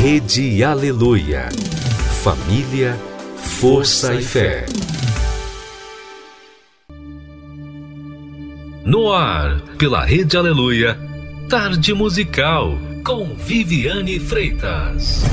Rede Aleluia. Família, força e fé. No ar, pela Rede Aleluia, Tarde Musical, com Viviane Freitas.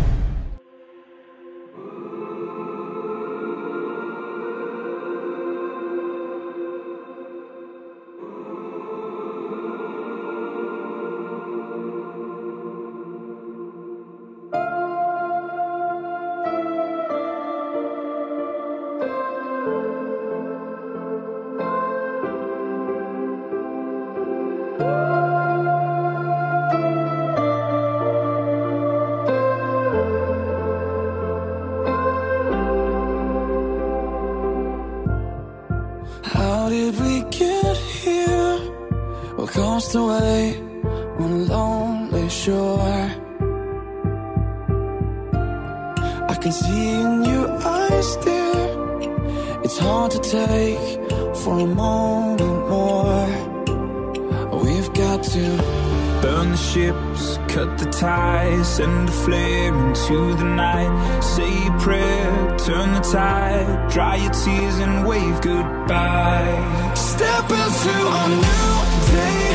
Send a flare into the night. Say a prayer, turn the tide. Dry your tears and wave goodbye. Step into a new day.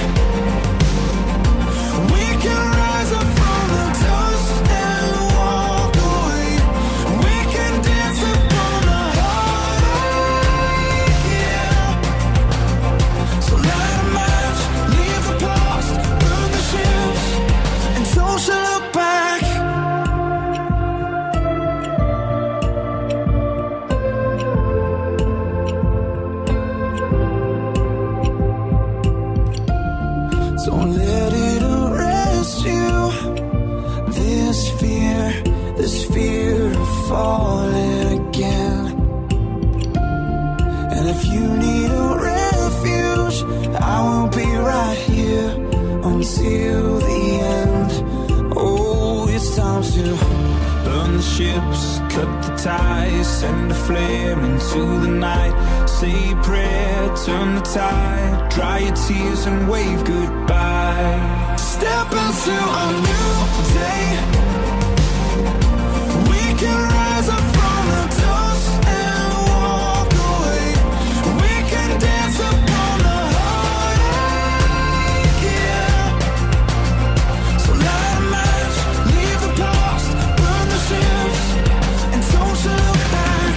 We can rise up from the dust and walk away. We can dance upon the heartache, yeah. So light a match, leave the past, burn the ships, and don't you look back. Don't let it arrest you. This fear of falling again. And if you need a refuge, I will be right here until the end. Oh, it's time to burn the ships, cut the ties, send a flare into the night. Say a prayer, turn the tide, dry your tears and wave goodbye. Step into a new day. We can rise up from the dust and walk away. We can dance upon the heartache, yeah. So light a match, leave the past, burn the ships, and don't you look back.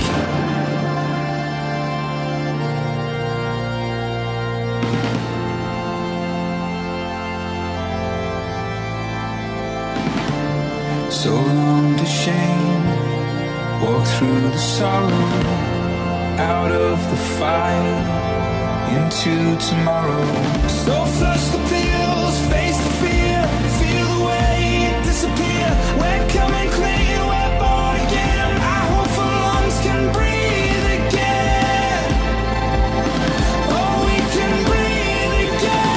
So long to shame, walk through the sorrow, out of the fire, into tomorrow. So flush the pills, face the fear, feel the weight disappear. We're coming clean, we're born again. I hope our lungs can breathe again. Oh, we can breathe again.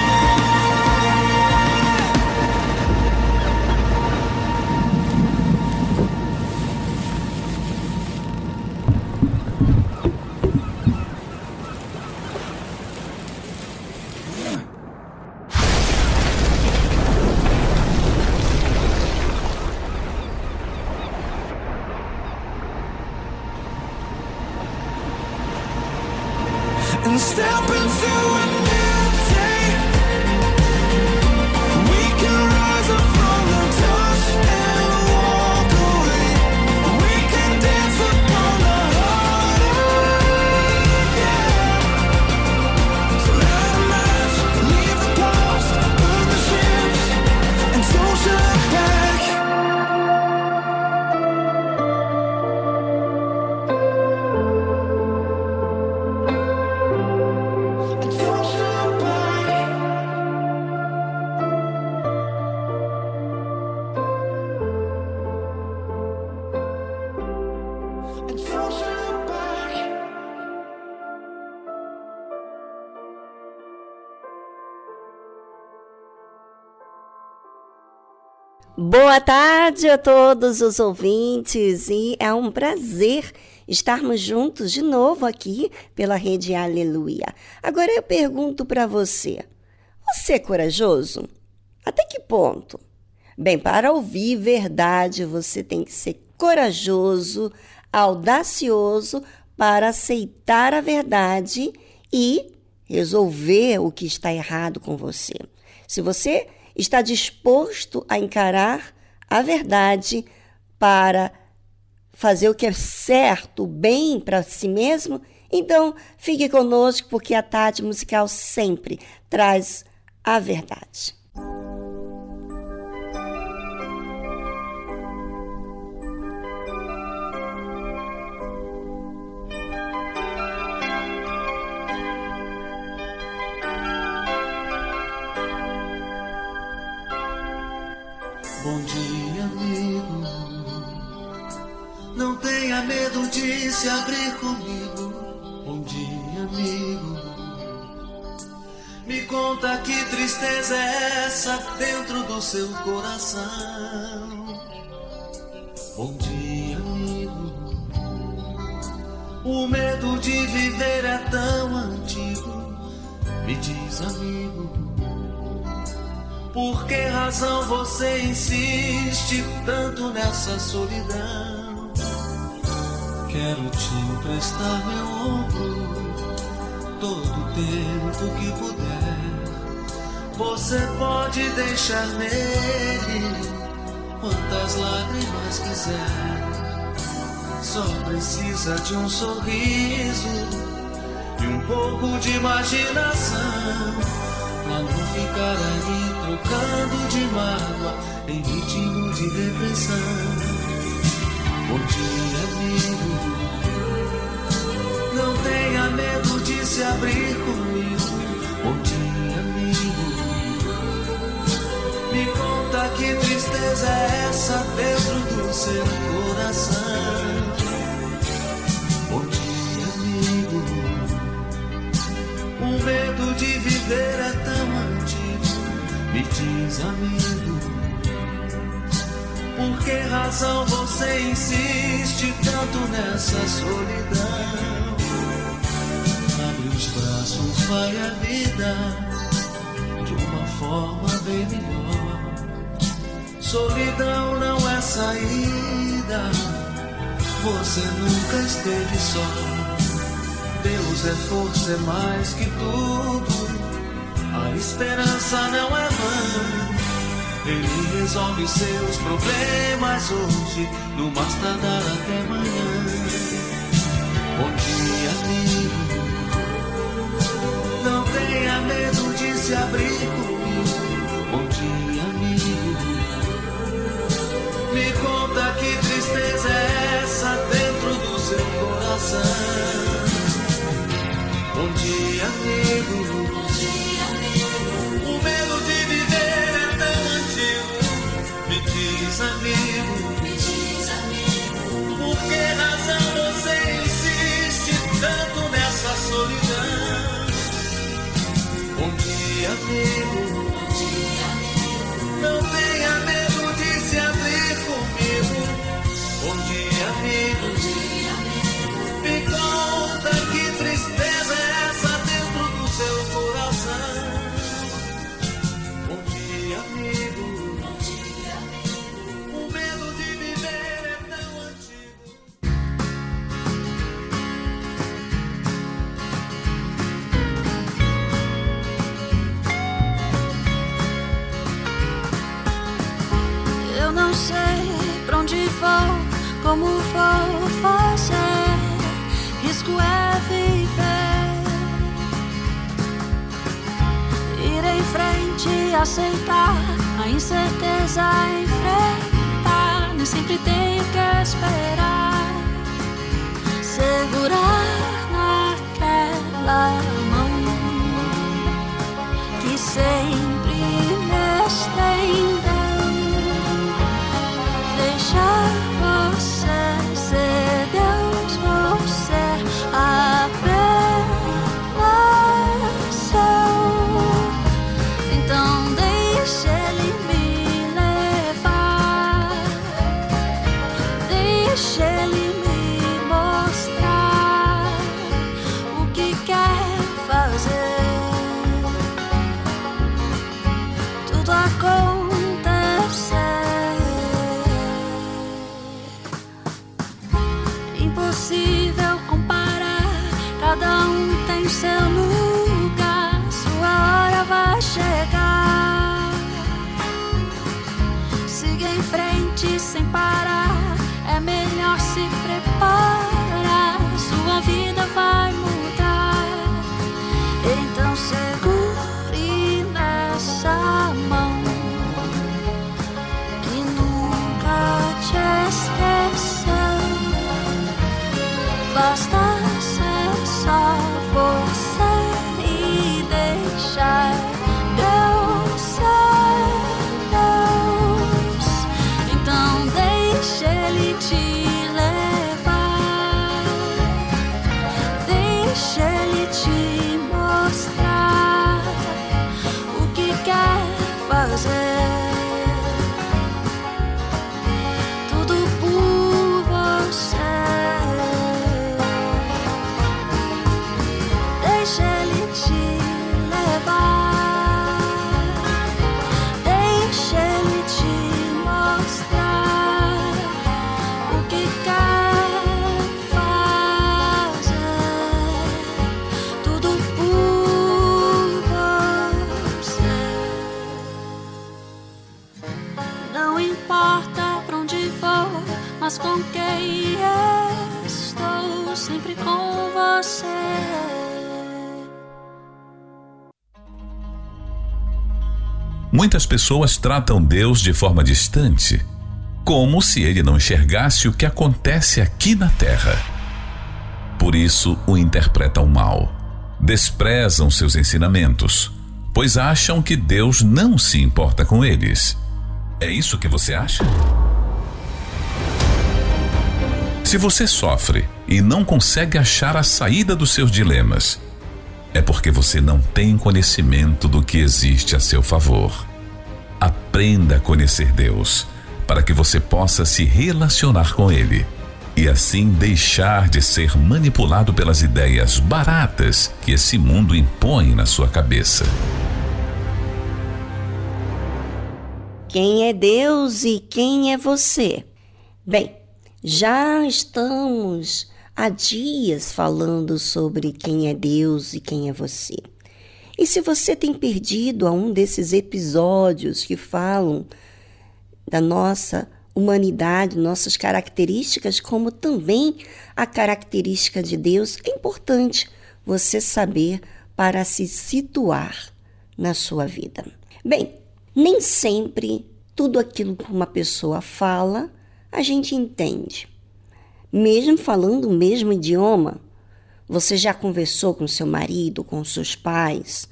And step into a new day. We can rise up from the dust and walk away. We can dance upon the heartache, yeah. So light a match, leave the past, burn the ships, and don't you look back. Boa tarde a todos os ouvintes e é um prazer estarmos juntos de novo aqui pela Rede Aleluia. Agora eu pergunto para você, você é corajoso? Até que ponto? Bem, para ouvir verdade, você tem que ser corajoso, audacioso para aceitar a verdade e resolver o que está errado com você. Se você está disposto a encarar a verdade para fazer o que é certo, bem para si mesmo, então fique conosco, porque a Tarde Musical sempre traz a verdade. Bom dia, amigo. Não tenha medo de se abrir comigo. Bom dia, amigo. Me conta que tristeza é essa dentro do seu coração. Bom dia, amigo. O medo de viver é tão antigo. Me diz, amigo, por que razão você insiste tanto nessa solidão? Quero te emprestar meu ombro todo o tempo que puder. Você pode deixar nele quantas lágrimas quiser. Só precisa de um sorriso e um pouco de imaginação, pra não ficar aí trocando de mágoa em ritmo de depressão. Bom dia, amigo. Não tenha medo de se abrir comigo. Bom dia, amigo. Me conta que tristeza é essa dentro do seu coração. Bom dia, amigo. O medo de viver é tão antigo. Me diz, amigo, por que razão você insiste tanto nessa solidão? Abre os braços, vai a vida de uma forma bem melhor. Solidão não é saída, você nunca esteve só. Deus é força, é mais que tudo. A esperança não é vã. Ele resolve seus problemas hoje, no mais tardar até amanhã. Bom dia, amigo. Não tenha medo de se abrir comigo. Bom dia, amigo. Me conta que tristeza é essa dentro do seu coração. Bom dia, amigo. O medo de viver é tão antigo. Me diz, amigo, por que razão você insiste tanto nessa solidão? Bom dia, amigo. Não tenha medo de se abrir comigo. Bom dia, amigo. Me conta que tristeza é essa dentro do seu coração. Bom dia, amigo. O medo de viver é tão antigo. Eu não sei pra onde vou, como vou fazer. Risco é viver, ir em frente e aceitar a incerteza, enfrentar. Nem sempre tenho que esperar, segurar naquela mão que sempre me estendeu. Deixar você ser Deus, você apenas eu. Então deixe Ele me levar, deixe Ele me mostrar o que quer em seu lugar, sua hora vai chegar. Siga em frente sem parar, é melhor se preparar, sua vida vai mudar. Então segure nessa mão que nunca te esqueceu. Basta ser só você e deixar Deus ser Deus. Então deixe Ele te levar, deixe Ele te mostrar o que quer fazer. Tudo por você. Deixa Ele te levar, deixa Ele te mostrar o que quer fazer. Tudo por você. Não importa pra onde for, mas com quem estou, sempre com você. Muitas pessoas tratam Deus de forma distante, como se ele não enxergasse o que acontece aqui na terra. Por isso o interpretam mal, desprezam seus ensinamentos, pois acham que Deus não se importa com eles. É isso que você acha? Se você sofre e não consegue achar a saída dos seus dilemas, é porque você não tem conhecimento do que existe a seu favor. Aprenda a conhecer Deus, para que você possa se relacionar com Ele e assim deixar de ser manipulado pelas ideias baratas que esse mundo impõe na sua cabeça. Quem é Deus e quem é você? Bem, já estamos há dias falando sobre quem é Deus e quem é você. E se você tem perdido a um desses episódios que falam da nossa humanidade, nossas características, como também a característica de Deus, é importante você saber para se situar na sua vida. Bem, nem sempre tudo aquilo que uma pessoa fala a gente entende. Mesmo falando o mesmo idioma, você já conversou com seu marido, com seus pais,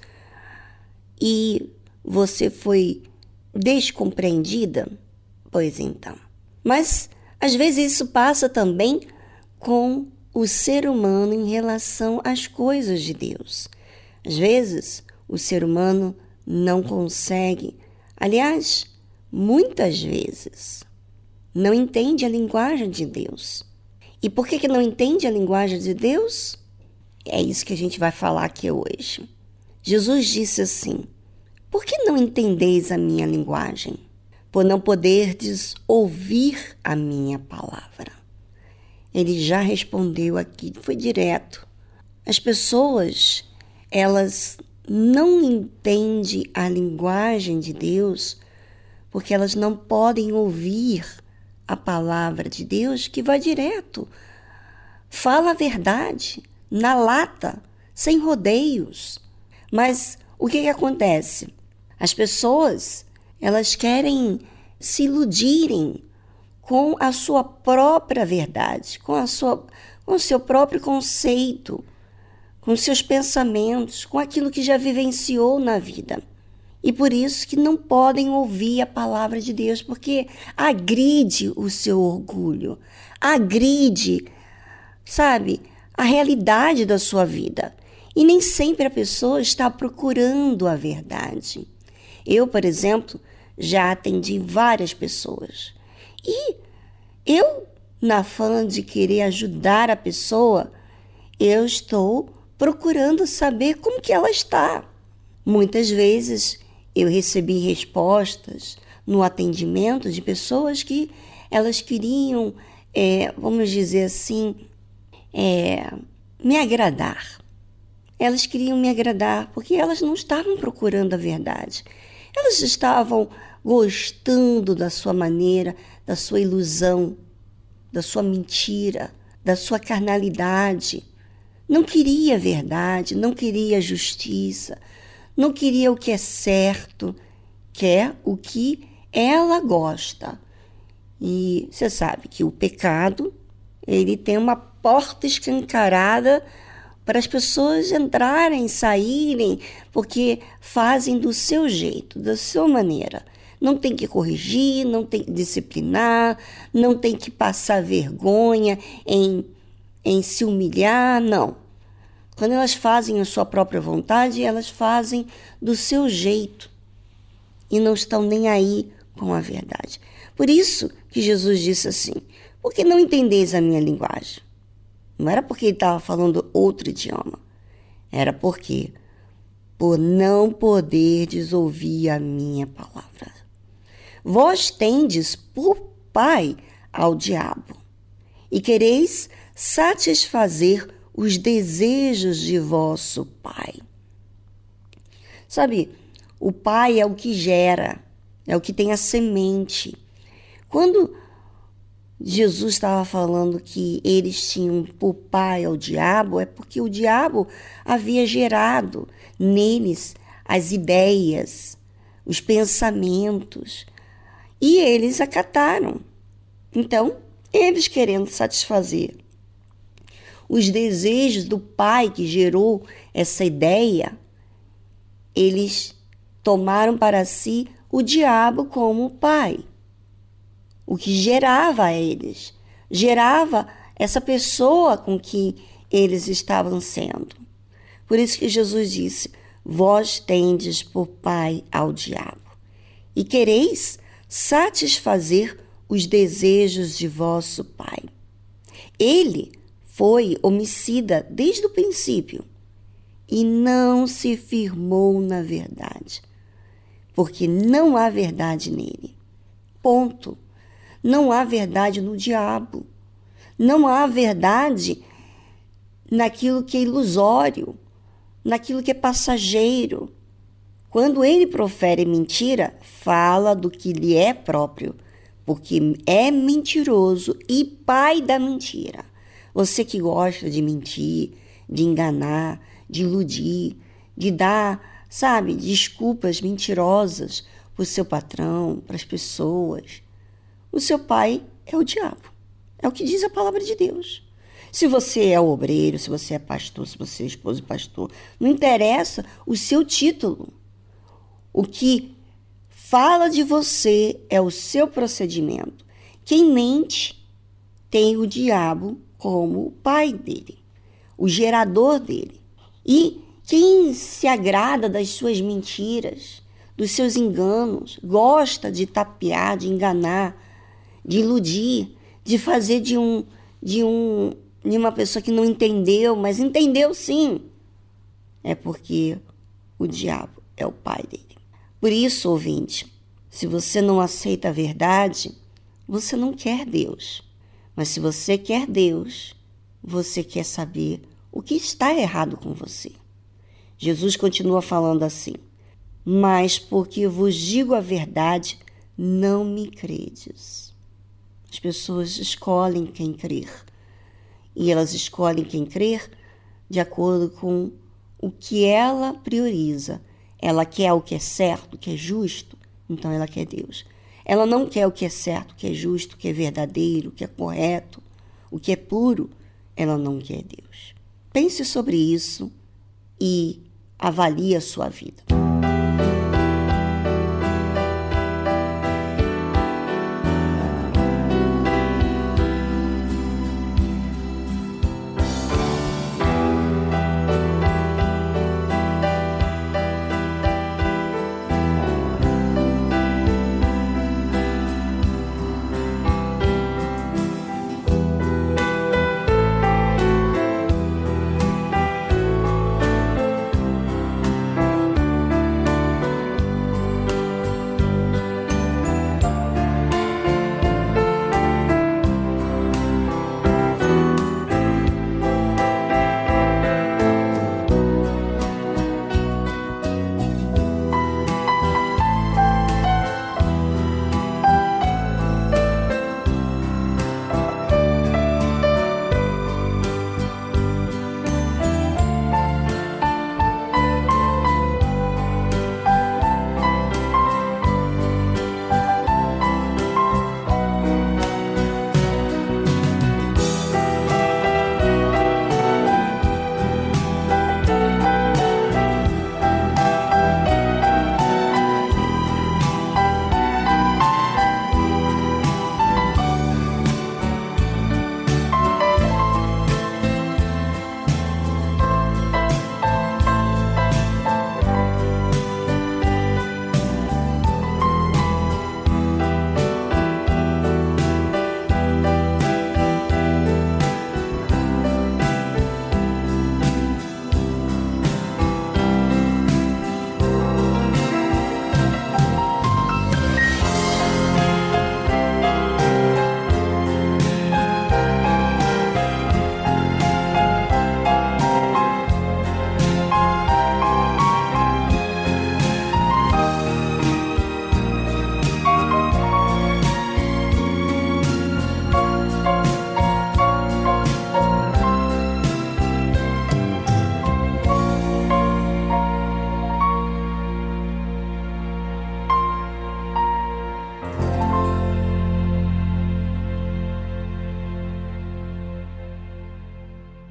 e você foi descompreendida? Pois então. Mas, às vezes, isso passa também com o ser humano em relação às coisas de Deus. Às vezes, o ser humano não consegue, aliás, muitas vezes, não entende a linguagem de Deus. E por que não entende a linguagem de Deus? É isso que a gente vai falar aqui hoje. Jesus disse assim: por que não entendeis a minha linguagem? Por não poderdes ouvir a minha palavra. Ele já respondeu aqui, foi direto. As pessoas, elas não entendem a linguagem de Deus porque elas não podem ouvir a palavra de Deus, que vai direto. Fala a verdade, na lata, sem rodeios. Mas o que acontece? As pessoas, elas querem se iludirem com a sua própria verdade, com o seu próprio conceito, com seus pensamentos, com aquilo que já vivenciou na vida. E por isso que não podem ouvir a palavra de Deus, porque agride o seu orgulho, agride, sabe, a realidade da sua vida. E nem sempre a pessoa está procurando a verdade. Eu, por exemplo, já atendi várias pessoas. E eu, na fã de querer ajudar a pessoa, eu estou procurando saber como que ela está. Muitas vezes eu recebi respostas no atendimento de pessoas que elas queriam, vamos dizer assim, me agradar. elas queriam me agradar, porque elas não estavam procurando a verdade. Elas estavam gostando da sua maneira, da sua ilusão, da sua mentira, da sua carnalidade. Não queria a verdade, não queria a justiça, não queria o que é certo, quer o que ela gosta. E você sabe que o pecado, ele tem uma porta escancarada para as pessoas entrarem, saírem, porque fazem do seu jeito, da sua maneira. Não tem que corrigir, não tem que disciplinar, não tem que passar vergonha em se humilhar, não. Quando elas fazem a sua própria vontade, elas fazem do seu jeito e não estão nem aí com a verdade. Por isso que Jesus disse assim, por que não entendeis a minha linguagem? Não era porque ele estava falando outro idioma, era porque por não poderdes ouvir a minha palavra. Vós tendes por pai ao diabo e quereis satisfazer os desejos de vosso pai. Sabe, o pai é o que gera, é o que tem a semente. Quando Jesus estava falando que eles tinham por pai ao diabo, é porque o diabo havia gerado neles as ideias, os pensamentos, e eles acataram. Então, eles querendo satisfazer os desejos do pai que gerou essa ideia, eles tomaram para si o diabo como pai. O que gerava a eles, gerava essa pessoa com que eles estavam sendo. Por isso que Jesus disse, vós tendes por pai ao diabo, e quereis satisfazer os desejos de vosso pai. Ele foi homicida desde o princípio e não se firmou na verdade, porque não há verdade nele. Ponto. Não há verdade no diabo. Não há verdade naquilo que é ilusório, naquilo que é passageiro. Quando ele profere mentira, fala do que lhe é próprio, porque é mentiroso e pai da mentira. Você que gosta de mentir, de enganar, de iludir, de dar, sabe, desculpas mentirosas para o seu patrão, para as pessoas. O seu pai é o diabo. É o que diz a palavra de Deus. Se você é obreiro, se você é pastor, se você é esposo de pastor, não interessa o seu título. O que fala de você é o seu procedimento. Quem mente tem o diabo como o pai dele, o gerador dele. E quem se agrada das suas mentiras, dos seus enganos, gosta de tapear, de enganar, de iludir, de fazer de uma pessoa que não entendeu, mas entendeu sim, é porque o diabo é o pai dele. Por isso, ouvinte, se você não aceita a verdade, você não quer Deus. Mas se você quer Deus, você quer saber o que está errado com você. Jesus continua falando assim, mas porque vos digo a verdade, não me credes. As pessoas escolhem quem crer. E elas escolhem quem crer de acordo com o que ela prioriza. Ela quer o que é certo, o que é justo, então ela quer Deus. Ela não quer o que é certo, o que é justo, o que é verdadeiro, o que é correto, o que é puro. Ela não quer Deus. Pense sobre isso e avalie a sua vida.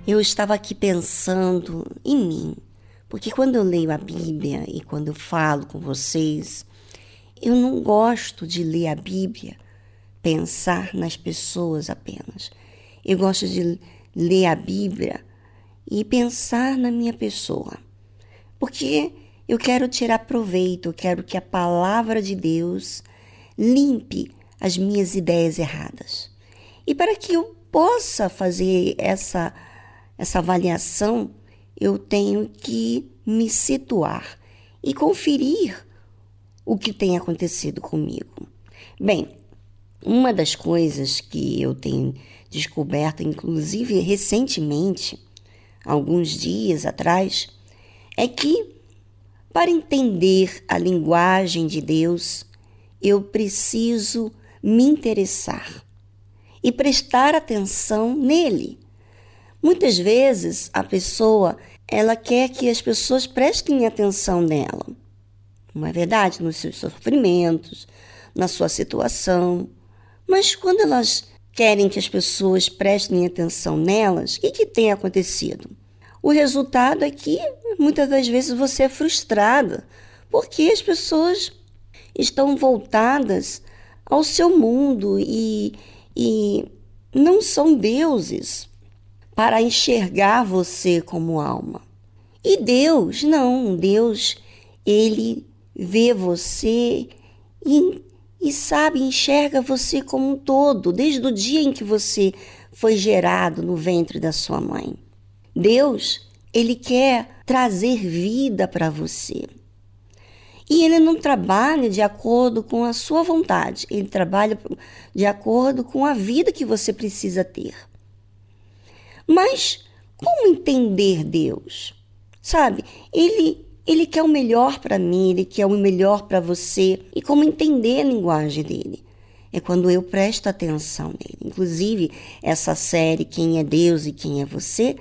eu estava aqui pensando em mim, porque quando eu leio a Bíblia e quando eu falo com vocês, eu não gosto de ler a Bíblia, pensar nas pessoas apenas. Eu gosto de ler a Bíblia e pensar na minha pessoa, porque eu quero tirar proveito, eu quero que a palavra de Deus limpe as minhas ideias erradas. E para que eu possa fazer essa avaliação, eu tenho que me situar e conferir o que tem acontecido comigo. Bem, uma das coisas que eu tenho descoberto, inclusive recentemente, alguns dias atrás, é que para entender a linguagem de Deus, eu preciso me interessar e prestar atenção nele. Muitas vezes a pessoa, ela quer que as pessoas prestem atenção nela. Não é verdade? Nos seus sofrimentos, na sua situação. Mas quando elas querem que as pessoas prestem atenção nelas, o que tem acontecido? O resultado é que muitas das vezes você é frustrada, porque as pessoas estão voltadas ao seu mundo e não são deuses para enxergar você como alma. E Deus, não. Deus, ele vê você e sabe, enxerga você como um todo, desde o dia em que você foi gerado no ventre da sua mãe. Deus, ele quer trazer vida para você. E ele não trabalha de acordo com a sua vontade, ele trabalha de acordo com a vida que você precisa ter. Mas como entender Deus? Sabe, ele quer o melhor para mim, ele quer o melhor para você. E como entender a linguagem dele? É quando eu presto atenção nele. Inclusive, essa série Quem é Deus e Quem é Você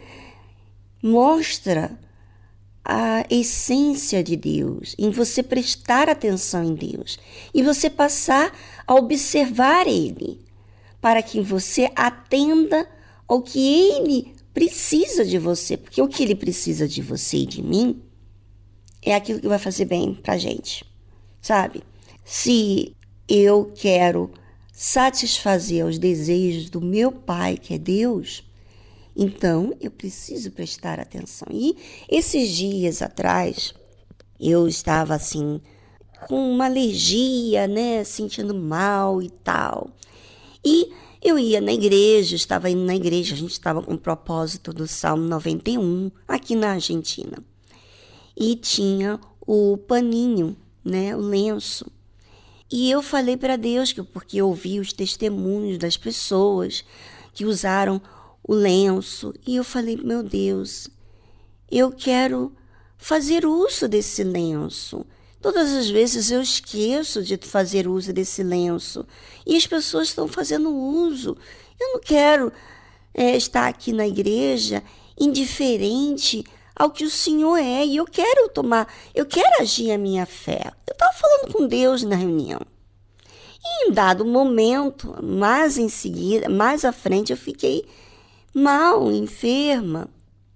mostra a essência de Deus, em você prestar atenção em Deus e você passar a observar Ele, para que você atenda ao que Ele precisa de você, porque o que Ele precisa de você e de mim é aquilo que vai fazer bem pra gente, sabe? Se eu quero satisfazer os desejos do meu Pai, que é Deus, então eu preciso prestar atenção. E esses dias atrás, eu estava assim, com uma alergia, né? Sentindo mal e tal. E eu ia na igreja, estava indo na igreja, a gente estava com o propósito do Salmo 91, aqui na Argentina. E tinha o paninho, né? O lenço. E eu falei para Deus, porque eu ouvi os testemunhos das pessoas que usaram o lenço, e eu falei, meu Deus, eu quero fazer uso desse lenço. Todas as vezes eu esqueço de fazer uso desse lenço, e as pessoas estão fazendo uso. Eu não quero estar aqui na igreja indiferente ao que o Senhor é, e eu quero agir a minha fé. Eu estava falando com Deus na reunião. E em dado momento, mais em seguida, mais à frente, eu fiquei mal, enferma.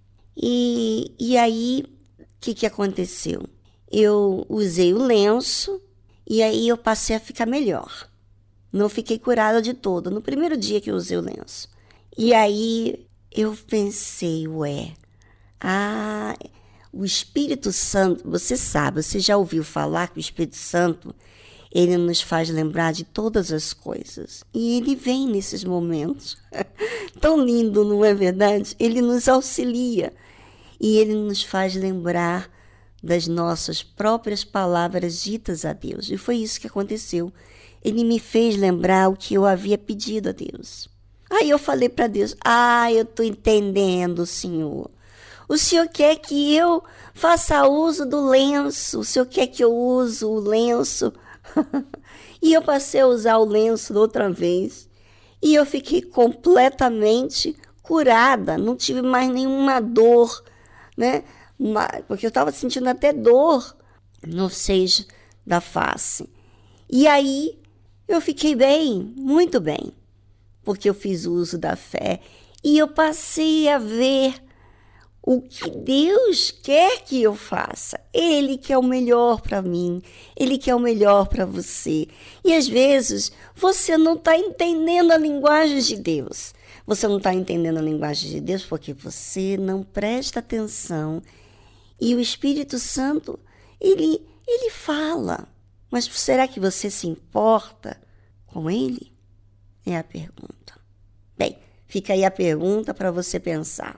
E aí, o que aconteceu? Eu usei o lenço e aí eu passei a ficar melhor. Não fiquei curada de todo, no primeiro dia que eu usei o lenço. E aí eu pensei, o Espírito Santo, você sabe, você já ouviu falar que o Espírito Santo, ele nos faz lembrar de todas as coisas. E ele vem nesses momentos. Tão lindo, não é verdade? Ele nos auxilia. E ele nos faz lembrar das nossas próprias palavras ditas a Deus. E foi isso que aconteceu. Ele me fez lembrar o que eu havia pedido a Deus. Aí eu falei para Deus, eu estou entendendo, Senhor. O Senhor quer que eu faça uso do lenço. O Senhor quer que eu use o lenço. E eu passei a usar o lenço outra vez. E eu fiquei completamente curada. Não tive mais nenhuma dor, né? Porque eu estava sentindo até dor no seio da face. E aí eu fiquei bem, muito bem. Porque eu fiz uso da fé. E eu passei a ver o que Deus quer que eu faça. Ele quer o melhor para mim, Ele quer o melhor para você. E às vezes você não está entendendo a linguagem de Deus. Você não está entendendo a linguagem de Deus porque você não presta atenção. E o Espírito Santo, ele fala. Mas será que você se importa com Ele? É a pergunta. Bem, fica aí a pergunta para você pensar.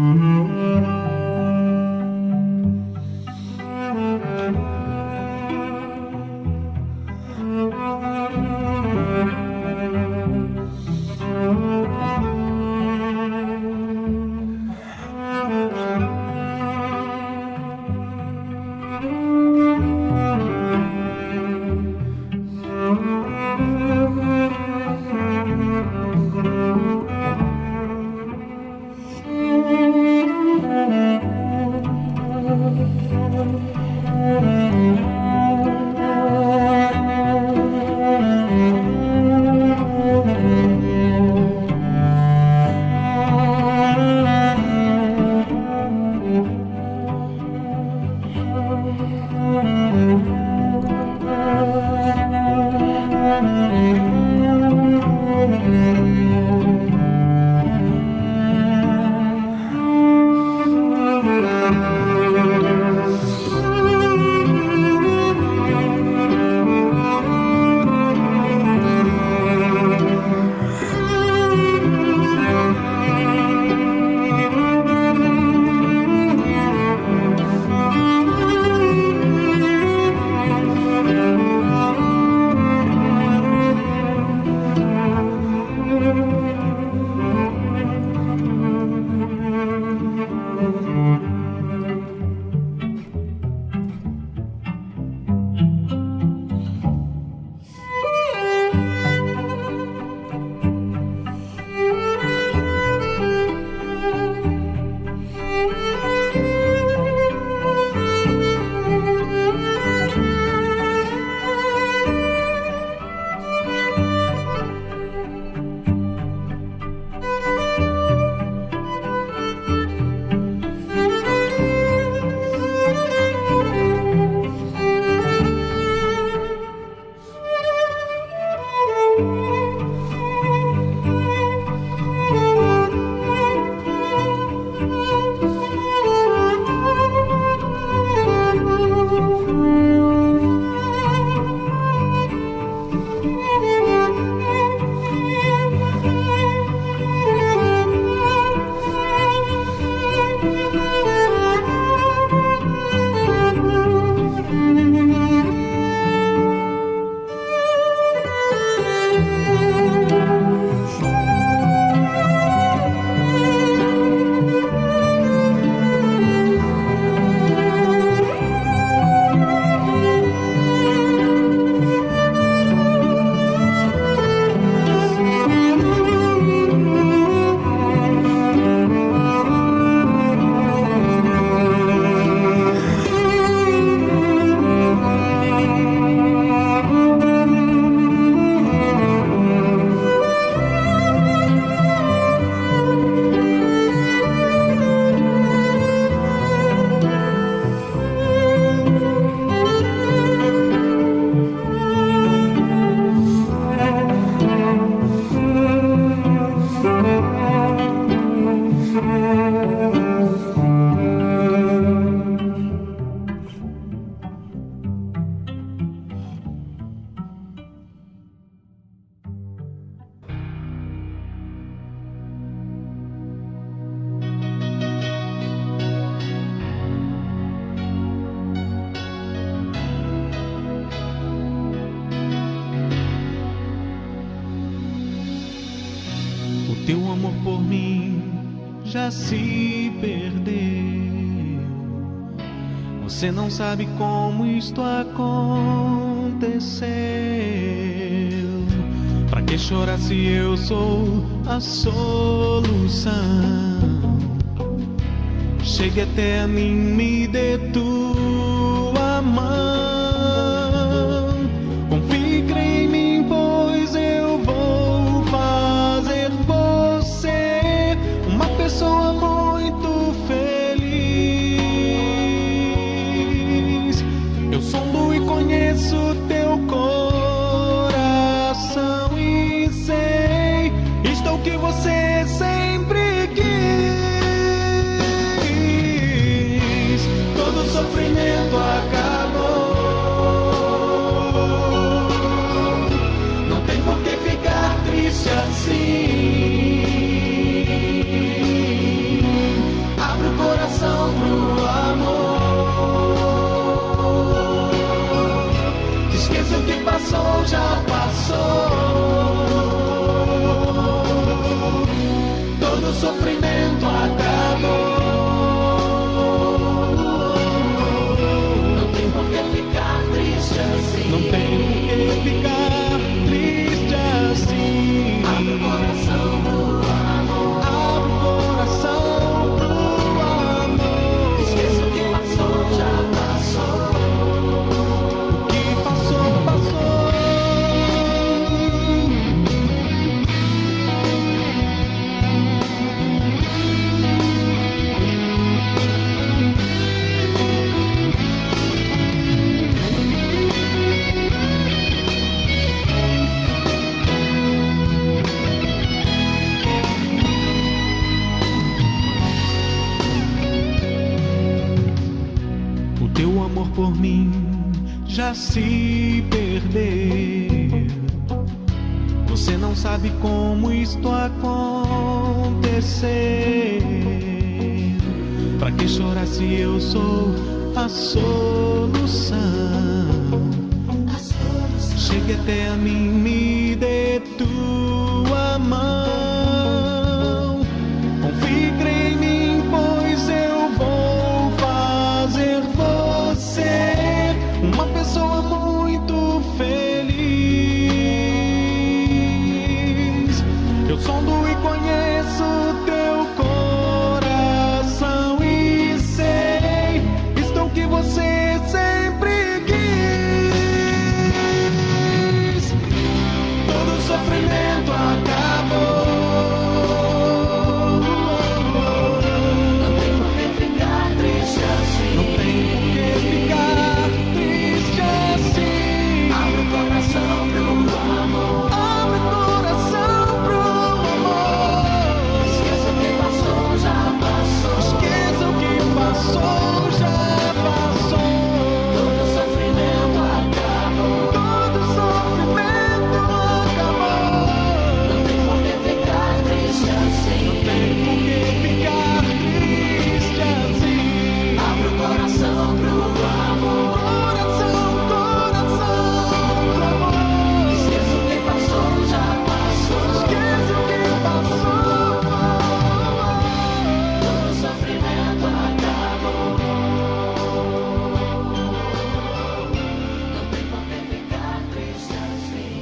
Teu amor por mim já se perdeu. Você não sabe como isto aconteceu. Pra que chorar se eu sou a solução? Chegue até a mim, me dê tua mão. Confie em mim, pois eu vou fazer você já passou. Todo sofrimento acabou. Não tem por que ficar triste assim. Não tem por que ficar triste assim. Abre o coração pro amor. Abre o coração pro amor. Esqueça o que passou, já passou. O que passou, passou. O teu amor por mim já se perdeu. Você não sabe como isto aconteceu. Pra que chorar se eu sou a solução? Chegue até a mim, me dê tua mão. Confie, crê em mim, pois eu vou fazer você uma pessoa muito feliz. Eu sondo e conheço teu coração e sei, estou que você sempre quis. Todo sofrimento acabou. Não tem por que ficar triste assim. Não tem por que ficar triste assim. Abre o coração pro amor. Abre o coração pro amor. Esqueça o que passou, já passou. Esqueça o que passou, já passou. Todo sofrimento acabou. Todo sofrimento acabou. Não tem por que ficar triste assim. Não tem por que ficar triste assim. Abre o coração pro amor. Coração, coração pro amor. Esqueça o que passou, já passou. Esqueça o que passou. Todo sofrimento acabou. Não tem por que ficar triste assim.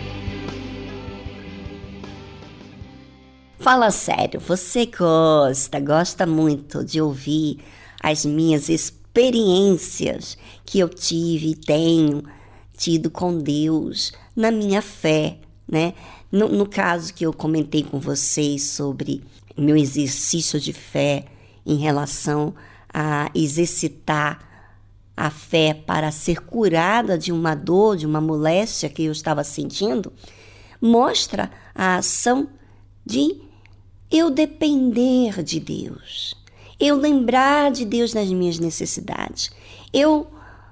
Fala sério, você gosta muito de ouvir as minhas experiências que eu tive e tenho tido com Deus na minha fé, né? No caso que eu comentei com vocês sobre meu exercício de fé em relação a exercitar a fé para ser curada de uma dor, de uma moléstia que eu estava sentindo, mostra a ação de eu depender de Deus, eu lembrar de Deus nas minhas necessidades, eu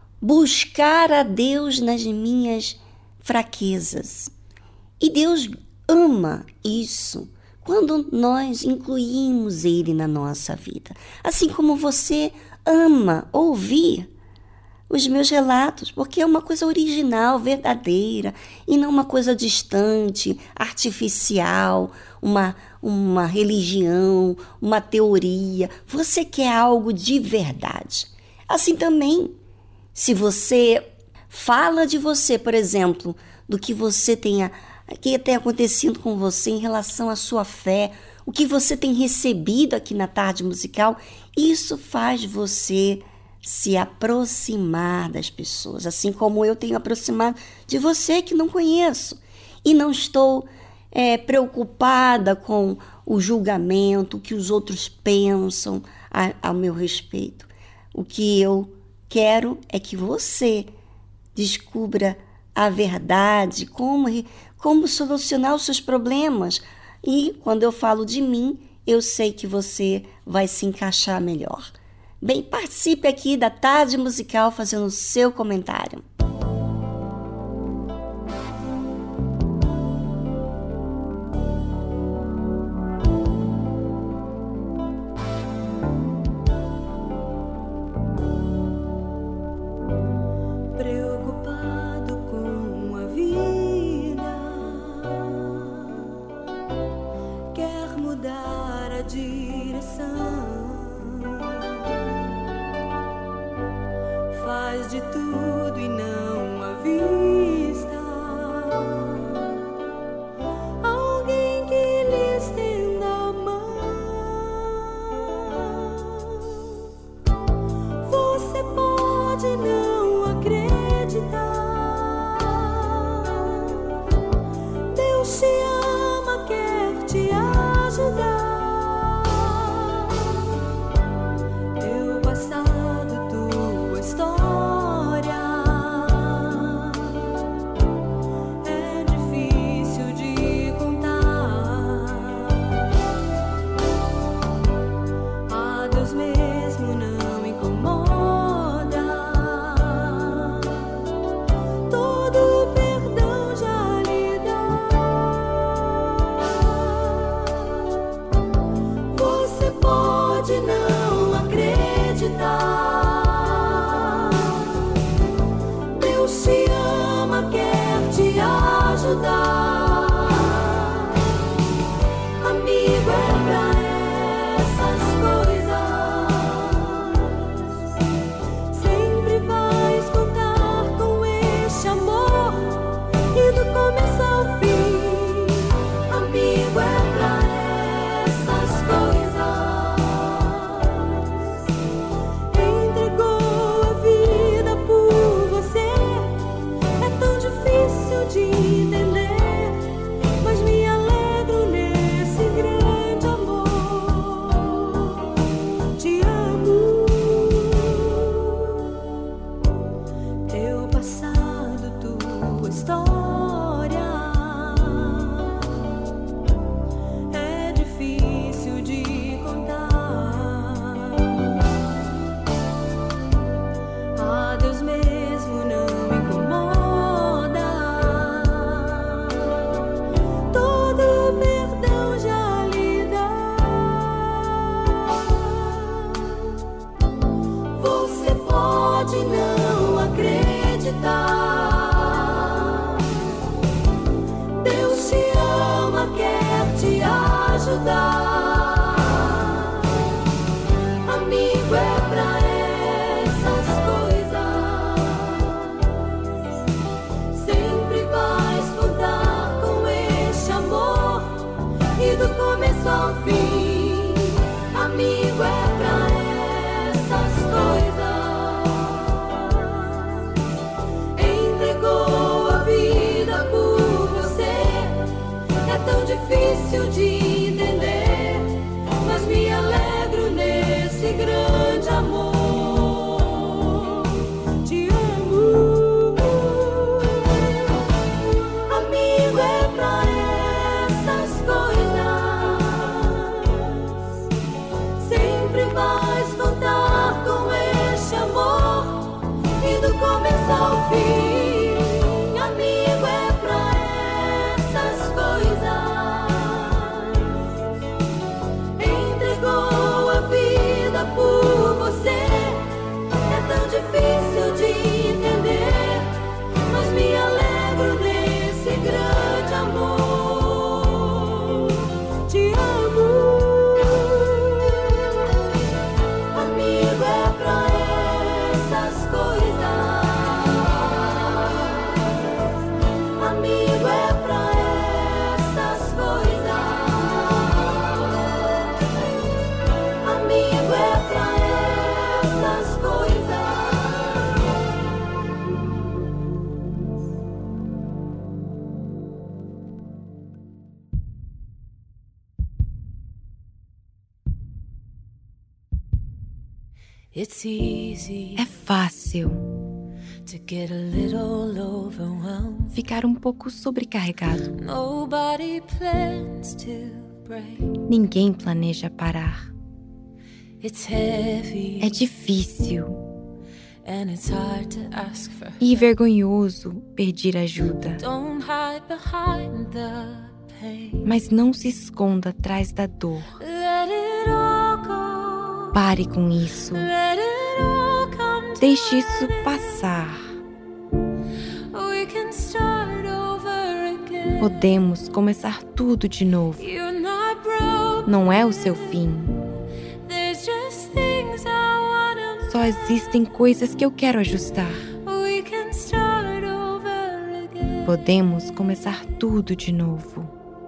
buscar a Deus nas minhas fraquezas. E Deus ama isso quando nós incluímos Ele na nossa vida. Assim como você ama ouvir os meus relatos, porque é uma coisa original, verdadeira, e não uma coisa distante, artificial, uma religião, uma teoria. Você quer algo de verdade. Assim também, se você fala de você, por exemplo, do que você tenha, que tem acontecido com você em relação à sua fé, o que você tem recebido aqui na Tarde Musical, isso faz você se aproximar das pessoas, assim como eu tenho aproximado de você que não conheço. E não estou preocupada com o julgamento, o que os outros pensam ao meu respeito. O que eu quero é que você descubra a verdade, como solucionar os seus problemas. E quando eu falo de mim, eu sei que você vai se encaixar melhor. Bem, participe aqui da Tarde Musical fazendo o seu comentário. Preocupado com a vida, e do começo ao fim. Amigo é pra essas coisas. Entregou a vida por você. É tão difícil de entender, mas me alegro nesse grande amor. Te amo. Amigo é pra essas coisas. Sempre vais contar com este amor e do começo ao fim. Amigo é pra essas coisas. Entregou a vida por você. É tão difícil de entender, mas me alegro nesse grande amor. Te amo. Amigo é pra essas coisas. Amigo é pra essas coisas. Amigo é pra essas coisas. It's easy É fácil to get a little overwhelmed. ficar um pouco sobrecarregado. Nobody plans to break. Ninguém planeja parar. It's heavy É difícil and it's hard to ask for e vergonhoso pedir ajuda. Don't hide behind the pain. Mas não se esconda atrás da dor. Let it all go. Pare com isso. Let it all come to Deixe isso an end. passar. We can start over again. Podemos começar tudo de novo. You're not broke. Não é o seu fim. There's just things I wanna. Só existem coisas que eu quero ajustar. We can start over again. Podemos começar tudo de novo.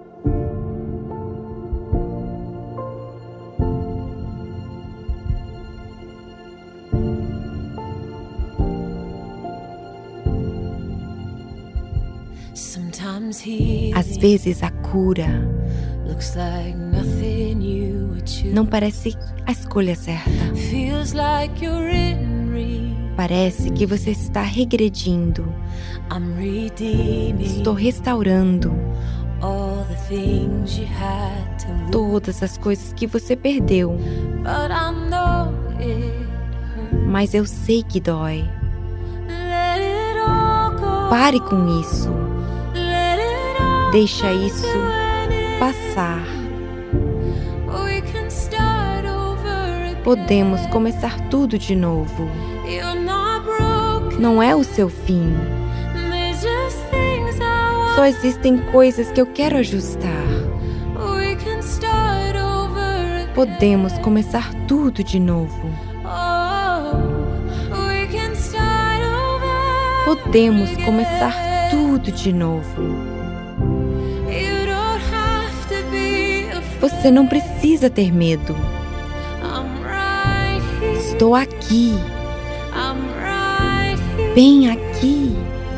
Sometimes healing Às vezes a cura looks like nothing you would choose. não parece a escolha certa. Feels like you're in re. Parece que você está regredindo. I'm redeeming Estou restaurando all the things you had to lose. todas as coisas que você perdeu. But I know it hurts. Mas eu sei que dói. Let it all go. Pare com isso. Let it all Deixa isso to an end. passar. We can start over again. Podemos começar tudo de novo. You're not broken. Não é o seu fim. There's just things I want. Só existem coisas que eu quero ajustar. We can start over again. Podemos começar tudo de novo. Oh, we can start over. Podemos começar tudo de novo. You don't have to be afraid. Você não precisa ter medo. I'm right here. Estou aqui, I'm right here. bem aqui.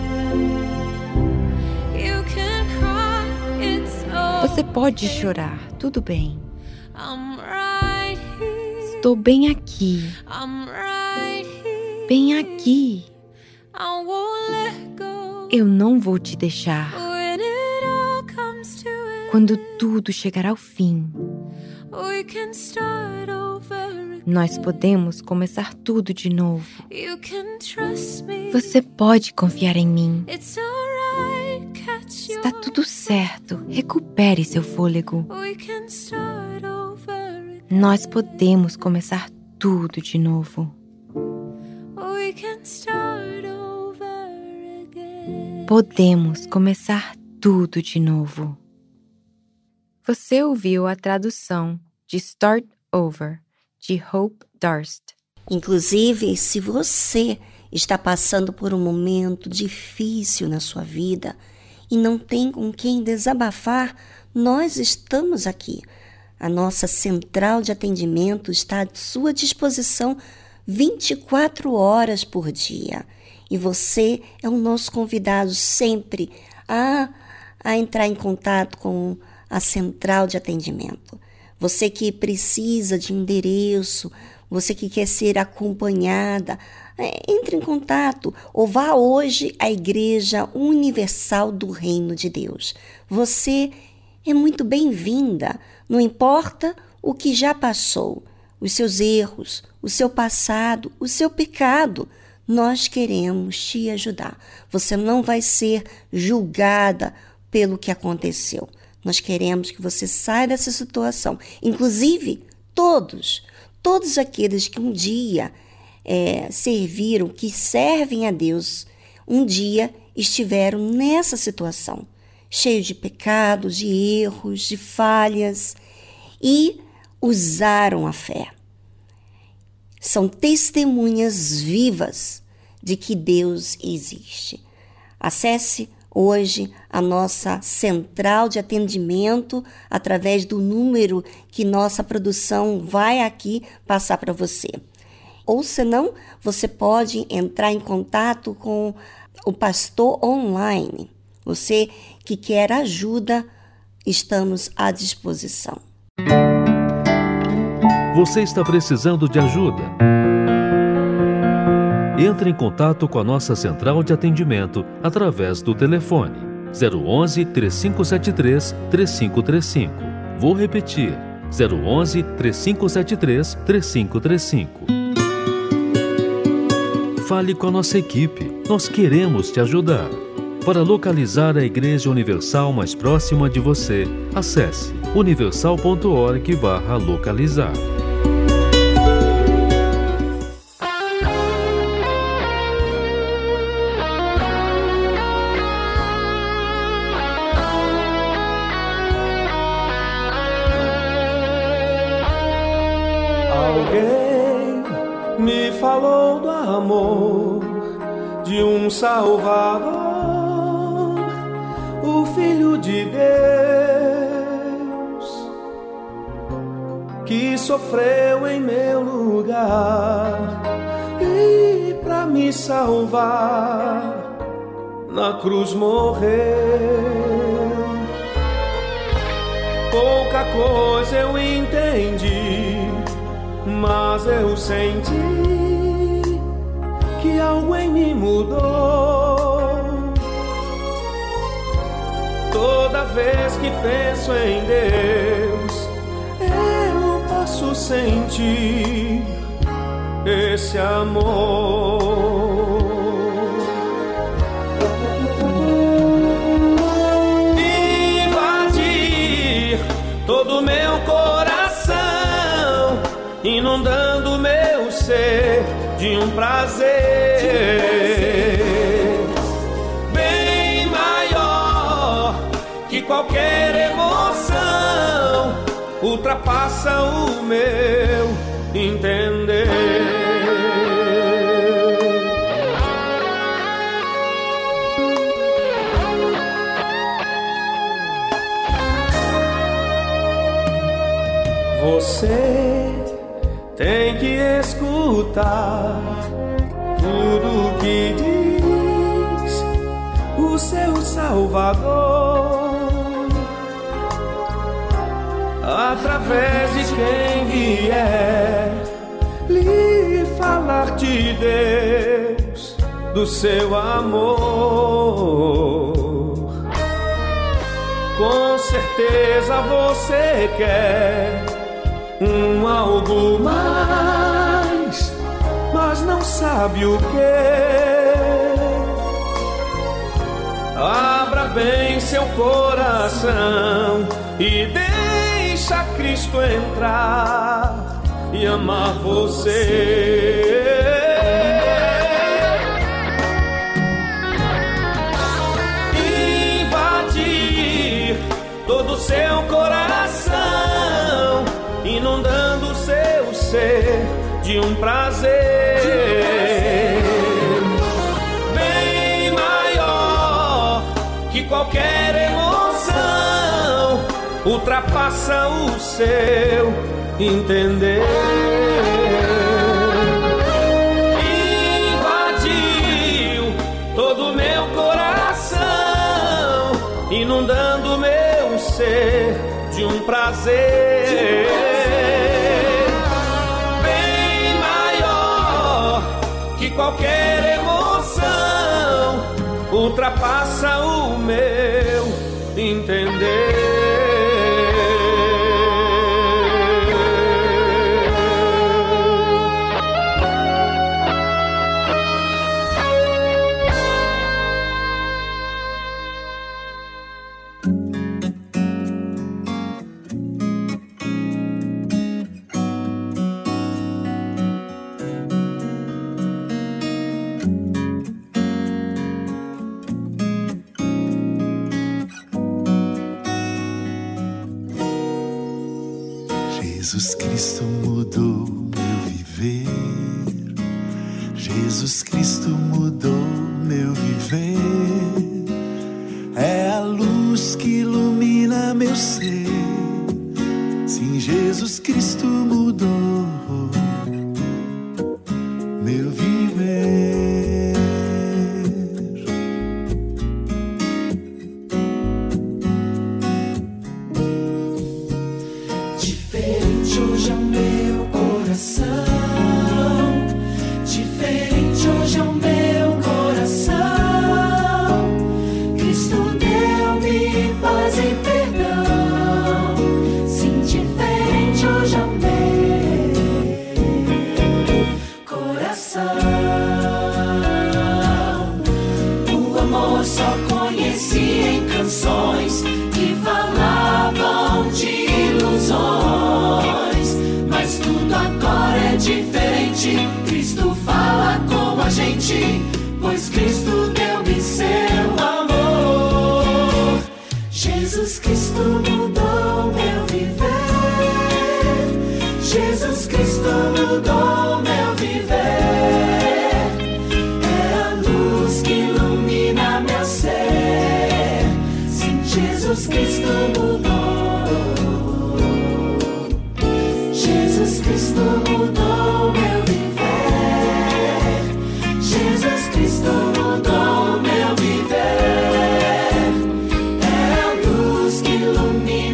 You can cry. It's Você okay. pode chorar, tudo bem. I'm right here. Estou bem aqui, I'm right here. bem aqui. I won't let go. Eu não vou te deixar. When it all comes to it, Quando tudo chegar ao fim, we can start over again. nós podemos começar tudo de novo. You can trust me. Você pode confiar em mim. It's alright. Catch your Está tudo certo. Recupere seu fôlego. We can start over again. Nós podemos começar tudo de novo. We can start over again. Podemos começar tudo de novo. Você ouviu a tradução de Start Over, de Hope Darst. Inclusive, se você está passando por um momento difícil na sua vida e não tem com quem desabafar, nós estamos aqui. A nossa central de atendimento está à sua disposição 24 horas por dia. E você é o nosso convidado sempre a entrar em contato com a central de atendimento. Você que precisa de endereço, você que quer ser acompanhada, entre em contato ou vá hoje à Igreja Universal do Reino de Deus. Você é muito bem-vinda, não importa o que já passou, os seus erros, o seu passado, o seu pecado. Nós queremos te ajudar. Você não vai ser julgada pelo que aconteceu. Nós queremos que você saia dessa situação. Inclusive, todos aqueles que um dia serviram, que servem a Deus, um dia estiveram nessa situação, cheio de pecados, de erros, de falhas, e usaram a fé. São testemunhas vivas de que Deus existe. Acesse hoje a nossa central de atendimento através do número que nossa produção vai aqui passar para você. Ou senão, você pode entrar em contato com o pastor online. Você que quer ajuda, estamos à disposição. Você está precisando de ajuda? Entre em contato com a nossa central de atendimento através do telefone 011 3573 3535. Vou repetir: 011 3573 3535. Fale com a nossa equipe, nós queremos te ajudar. Para localizar a Igreja Universal mais próxima de você, acesse universal.org/localizar. Me falou do amor de um Salvador, o Filho de Deus, que sofreu em meu lugar e pra me salvar na cruz morreu. Pouca coisa eu entendi, mas eu senti que algo em mim mudou. Toda vez que penso em Deus, eu posso sentir esse amor. Invadir todo meu coração, inundando meu ser de um prazer bem maior que qualquer emoção, ultrapassa o meu entender. Você tem que escutar tudo que diz o seu Salvador, através de quem vier lhe falar de Deus, do seu amor. Com certeza você quer algo mais, mas não sabe o que. Abra bem seu coração e deixa Cristo entrar e amar você. Invadir todo seu coração, inundando o seu ser de um prazer bem maior que qualquer ultrapassa o seu entender. Invadiu todo o meu coração, inundando meu ser de um prazer bem maior que qualquer emoção, ultrapassa o meu entender. Jesus Cristo mudou meu viver. Jesus Cristo mudou meu viver. É a luz que ilumina meu ser. Sim, Jesus Cristo mudou meu viver. Diferente hoje é o meu coração. Diferente hoje é o meu coração. Cristo deu-me paz e perdão. Sim, diferente hoje é o meu coração. O amor só conheci em canções que falavam de ilusões, mas tudo agora é diferente. Cristo fala com a gente, pois Cristo deu-me seu amor. Jesus Cristo mudou meu viver. Jesus Cristo mudou meu viver. É a luz que ilumina meu ser. Sim, Jesus Cristo mudou. Jesus Cristo mudou meu viver. Jesus Cristo mudou meu viver. É a luz que ilumina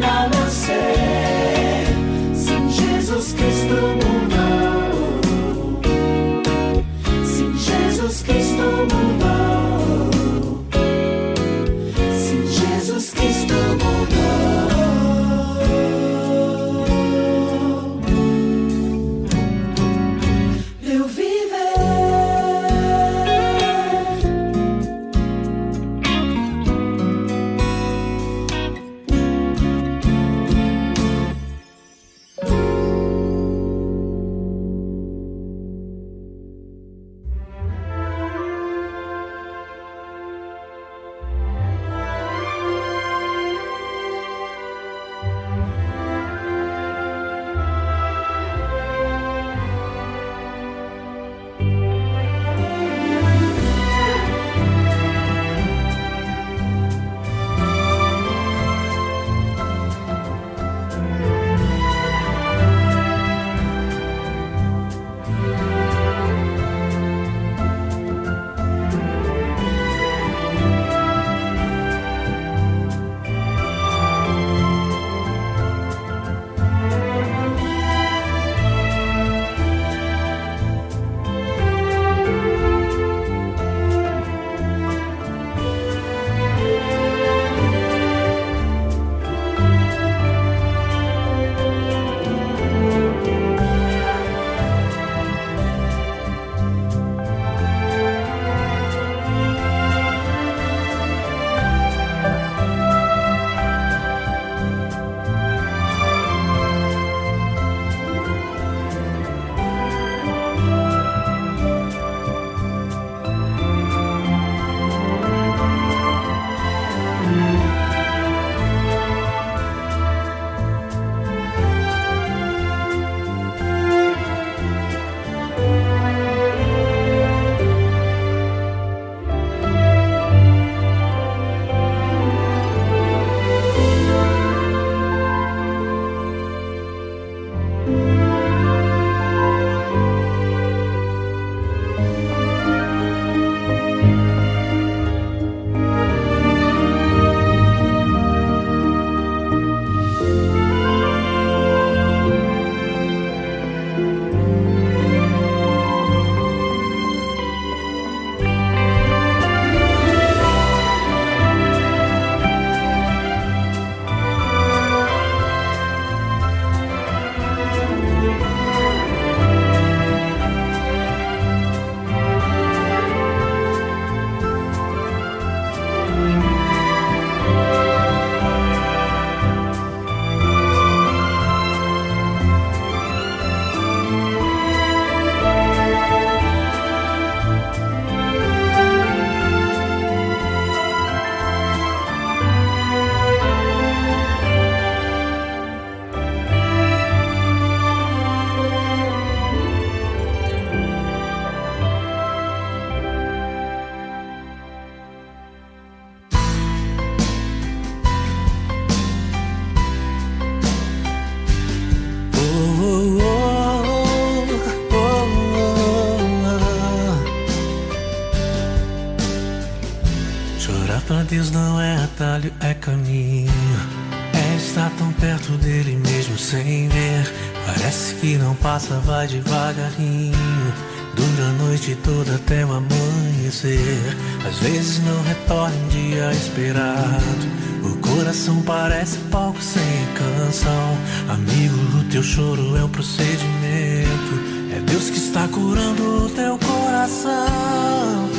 Deus não é atalho, é caminho. É estar tão perto dele mesmo sem ver. Parece que não passa, vai devagarinho. Dura a noite toda até o amanhecer. Às vezes não retorna em dia esperado. O coração parece palco sem canção. Amigo, o teu choro é o procedimento. É Deus que está curando o teu coração.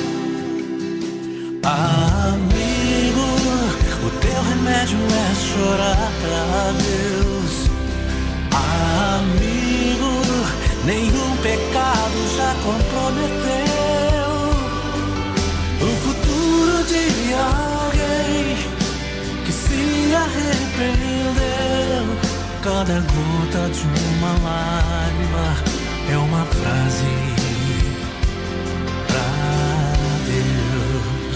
Amigo, o teu remédio é chorar pra Deus. Amigo, nenhum pecado já comprometeu o futuro de alguém que se arrependeu. Cada gota de uma lágrima é uma frase pra Deus.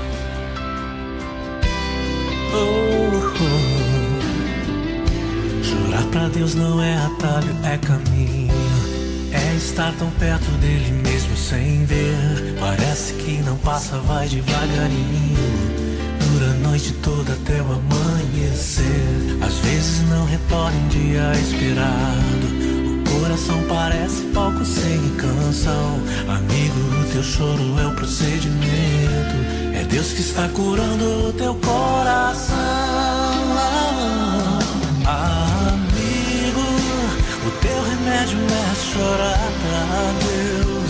Chorar pra Deus não é atalho, é caminho. É estar tão perto dele mesmo sem ver. Parece que não passa, vai devagarinho. Dura a noite toda até o amanhecer. Às vezes não retorna em dia esperado. O coração parece palco sem canção. Amigo, o teu choro é o procedimento. É Deus que está curando o teu coração. Amigo, o teu remédio é chorar pra Deus.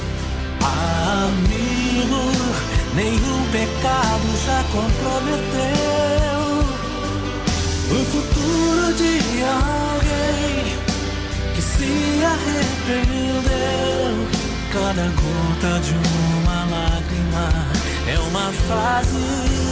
Amigo, nenhum pecado já comprometeu o futuro de alguém que se arrependeu. Cada gota de uma lágrima é uma fase.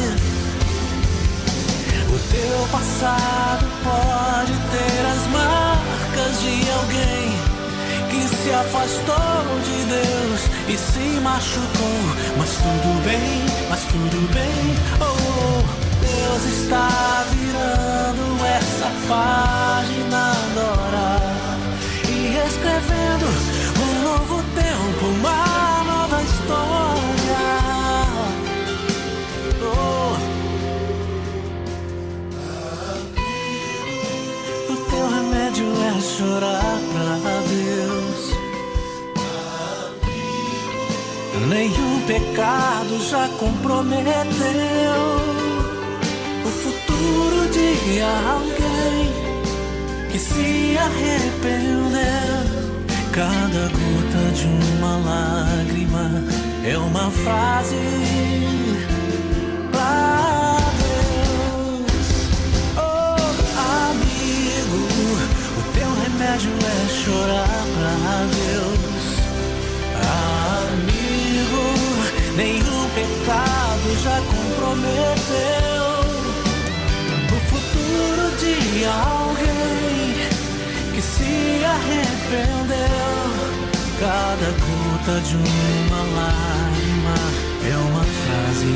O teu passado pode ter as marcas de alguém que se afastou de Deus e se machucou. Mas tudo bem, oh, Deus está virando essa página agora e escrevendo um novo tempo, uma nova história. Oh. O teu remédio é chorar pra Deus. Nenhum pecado já comprometeu o futuro de alguém que se arrependeu. Cada gota de uma lágrima é uma frase pra Deus. Oh, amigo, o teu remédio é chorar pra Deus. Amigo, nenhum pecado já comprometeu o futuro de alguém que se arrependeu. Cada gota de uma lágrima é uma frase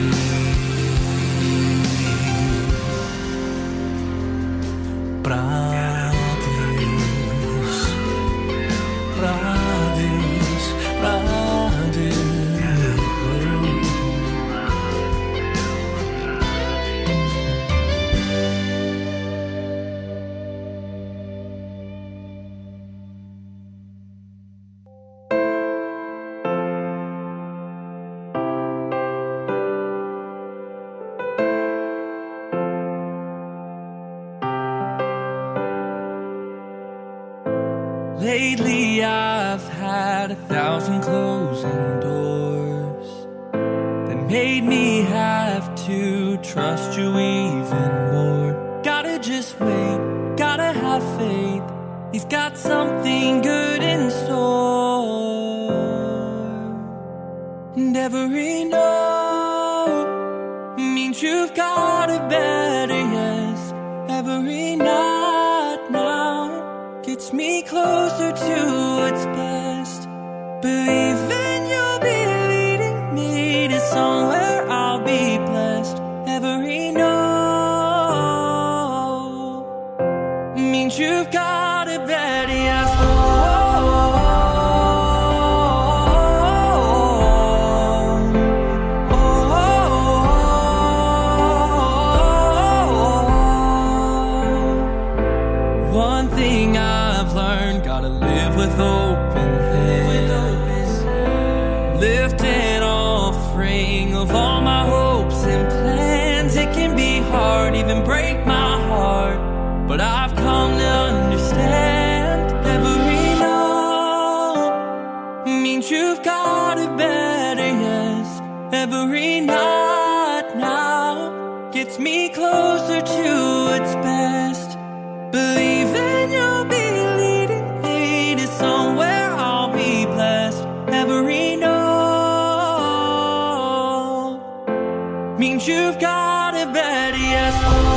pra Deus, pra Deus, pra Deus. Lately I've had 1,000 closing doors that made me have to trust you even more. Gotta just wait, gotta have faith. He's got something good in store. And every no means you've got a better yes. Every night now gets me closer to what's best. Believing you'll be leading me to somewhere I'll be blessed. Every no means you've got a better yes. one thing I've learned, gotta live with open hands, lift an offering of all my hopes and plans. It can be hard, even break my heart, but I've come to understand every no means you've got it better, yes. Every night now gets me closer to its best. Believing you'll be leading me to somewhere I'll be blessed. Every no means you've got it better, yes.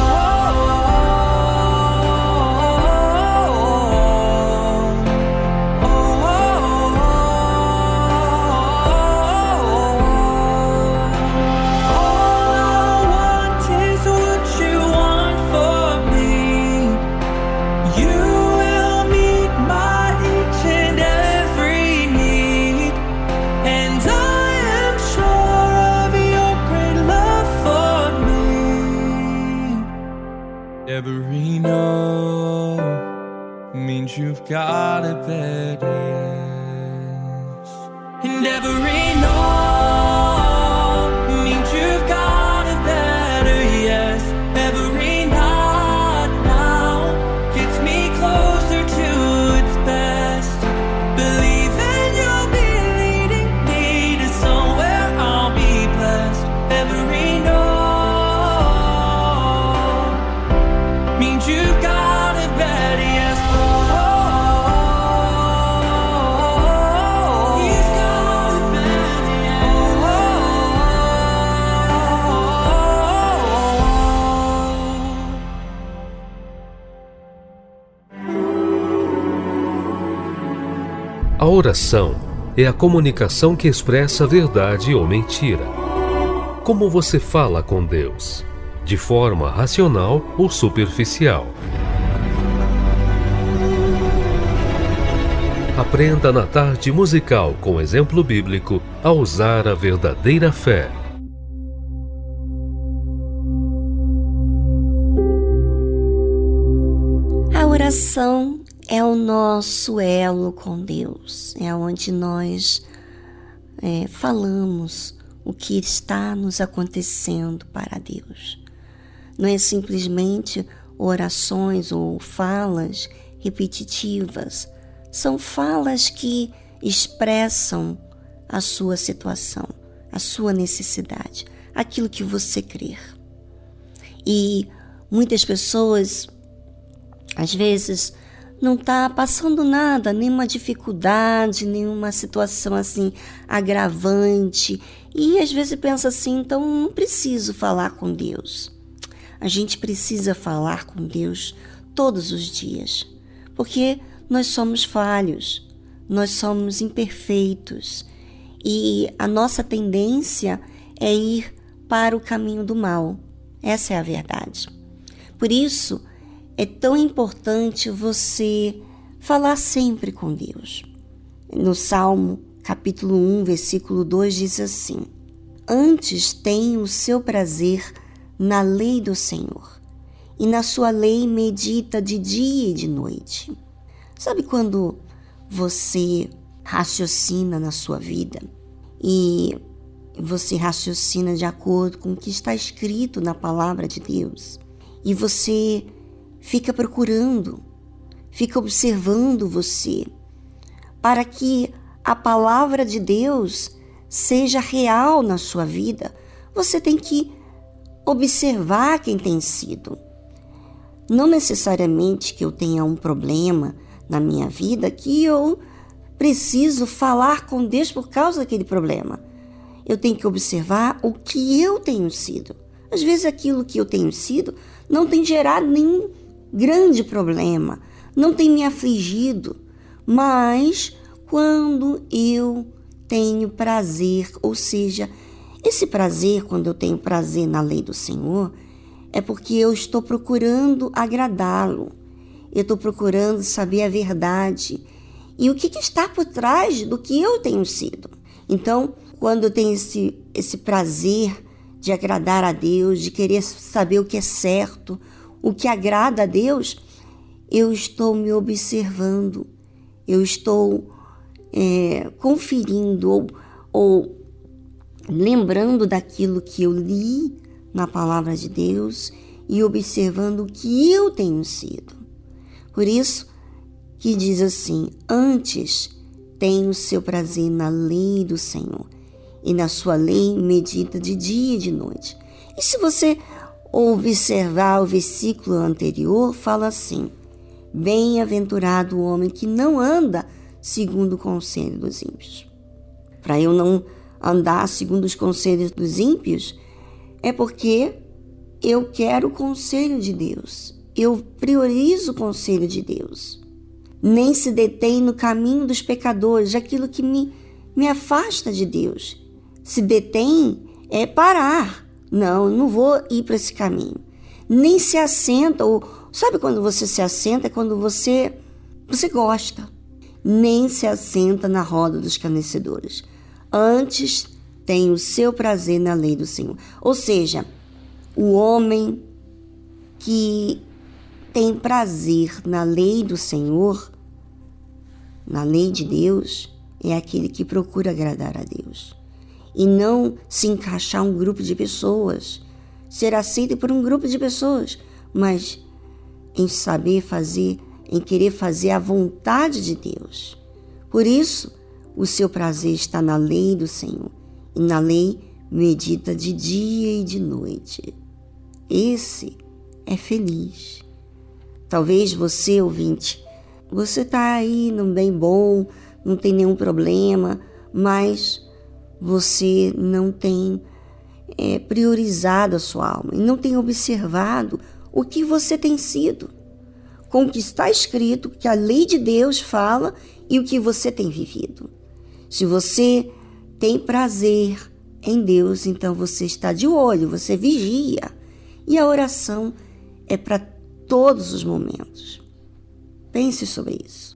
Every no means you've got it better, yes. And every no means you've got it better, yes. Every night now gets me closer to its best. Believing you'll be leading me to somewhere I'll be blessed. Every no means you've got it better, yes. He's got it better, A oração é a comunicação que expressa verdade ou mentira. Como você fala com Deus? De forma racional ou superficial? Aprenda na tarde musical com exemplo bíblico a usar a verdadeira fé. A oração é o nosso elo com Deus, é onde nós falamos o que está nos acontecendo para Deus. Não é simplesmente orações ou falas repetitivas, são falas que expressam a sua situação, a sua necessidade, aquilo que você crer. E muitas pessoas, às vezes, não está passando nada, nenhuma dificuldade, nenhuma situação assim agravante, e às vezes pensa assim, então não preciso falar com Deus. A gente precisa falar com Deus todos os dias, porque nós somos falhos, nós somos imperfeitos e a nossa tendência é ir para o caminho do mal. Essa é a verdade. Por isso, é tão importante você falar sempre com Deus. No Salmo, capítulo 1, versículo 2, diz assim: Antes tenho o seu prazer na lei do Senhor, e na sua lei medita de dia e de noite. Sabe quando você raciocina na sua vida e você raciocina de acordo com o que está escrito na palavra de Deus e você fica procurando, fica observando você para que a palavra de Deus seja real na sua vida, você tem que observar quem tem sido. Não necessariamente que eu tenha um problema na minha vida que eu preciso falar com Deus por causa daquele problema. Eu tenho que observar o que eu tenho sido. Às vezes aquilo que eu tenho sido não tem gerado nenhum grande problema, não tem me afligido, mas quando eu tenho prazer, ou seja, esse prazer, quando eu tenho prazer na lei do Senhor, é porque eu estou procurando agradá-lo, eu estou procurando saber a verdade e o que está por trás do que eu tenho sido. Então, quando eu tenho esse prazer de agradar a Deus, de querer saber o que é certo, o que agrada a Deus, eu estou me observando, eu estou conferindo ou lembrando daquilo que eu li na palavra de Deus e observando o que eu tenho sido. Por isso que diz assim: antes tem o seu prazer na lei do Senhor, e na sua lei medita de dia e de noite. E se você observar o versículo anterior, fala assim: bem-aventurado o homem que não anda segundo o conselho dos ímpios. Para eu não andar segundo os conselhos dos ímpios, é porque eu quero o conselho de Deus. Eu priorizo o conselho de Deus. Nem se detém no caminho dos pecadores, aquilo que me afasta de Deus. Se detém é parar. Não vou ir para esse caminho. Nem se assenta, ou sabe quando você se assenta? É quando você gosta. Nem se assenta na roda dos escarnecedores. Antes tem o seu prazer na lei do Senhor. Ou seja, o homem que tem prazer na lei do Senhor, na lei de Deus, é aquele que procura agradar a Deus. E não se encaixar um grupo de pessoas, ser aceito por um grupo de pessoas, mas em saber fazer, em querer fazer a vontade de Deus. Por isso, o seu prazer está na lei do Senhor, e na lei medita de dia e de noite. Esse é feliz. Talvez você, ouvinte, você está aí num bem bom, não tem nenhum problema, mas você não tem priorizado a sua alma e não tem observado o que você tem sido, com o que está escrito, que a lei de Deus fala e o que você tem vivido. Se você tem prazer em Deus, então você está de olho, você vigia. E a oração é para todos os momentos. Pense sobre isso.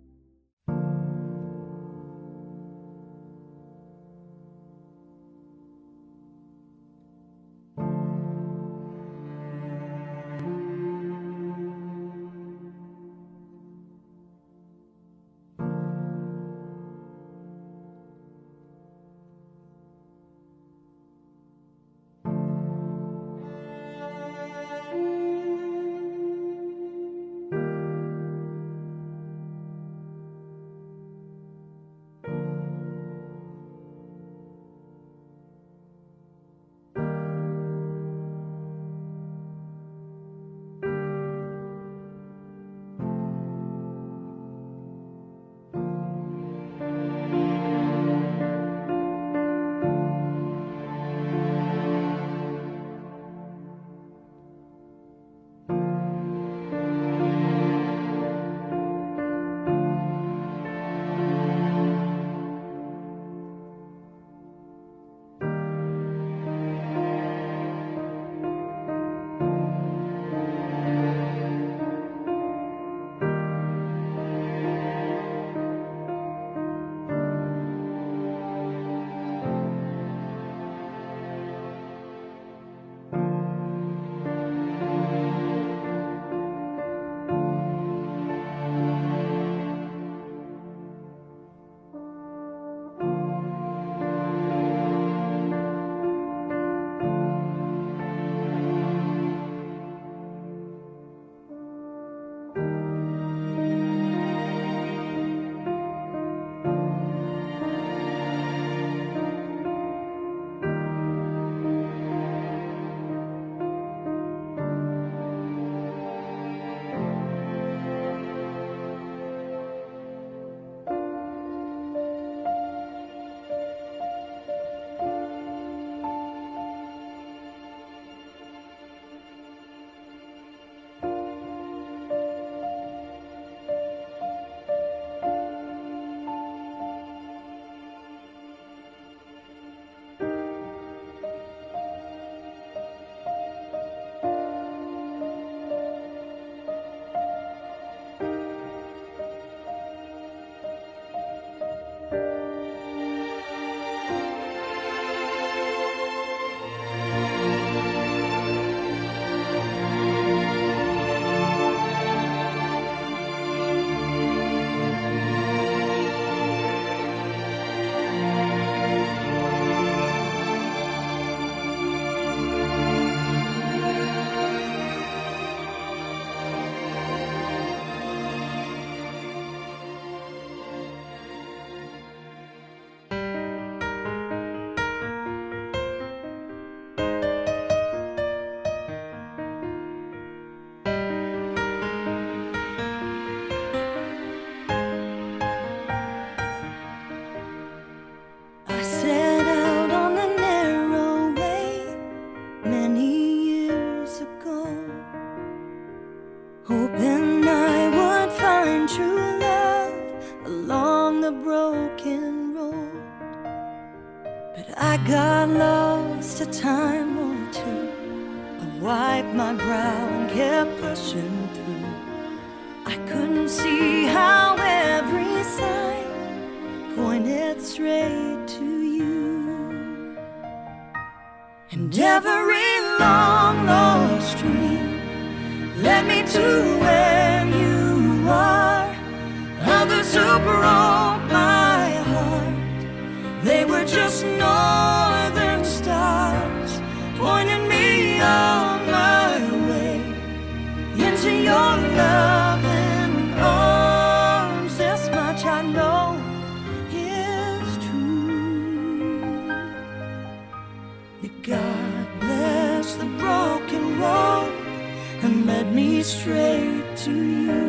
find true love along the broken road. But I got lost a time or two. I wiped my brow and kept pushing through. I couldn't see how every sign pointed straight to you. And every long lost dream led me to where you are. Others who broke my heart, they were just northern stars, pointing me on my way into your loving arms. This much I know is true, that God bless the broken road and led me straight to you.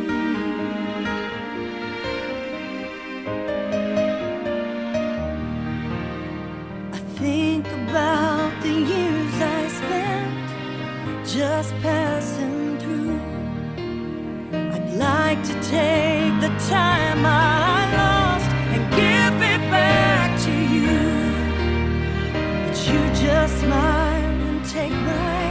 I think about the years I spent just passing through. I'd like to take the time I lost and give it back to you, but you just smile and take my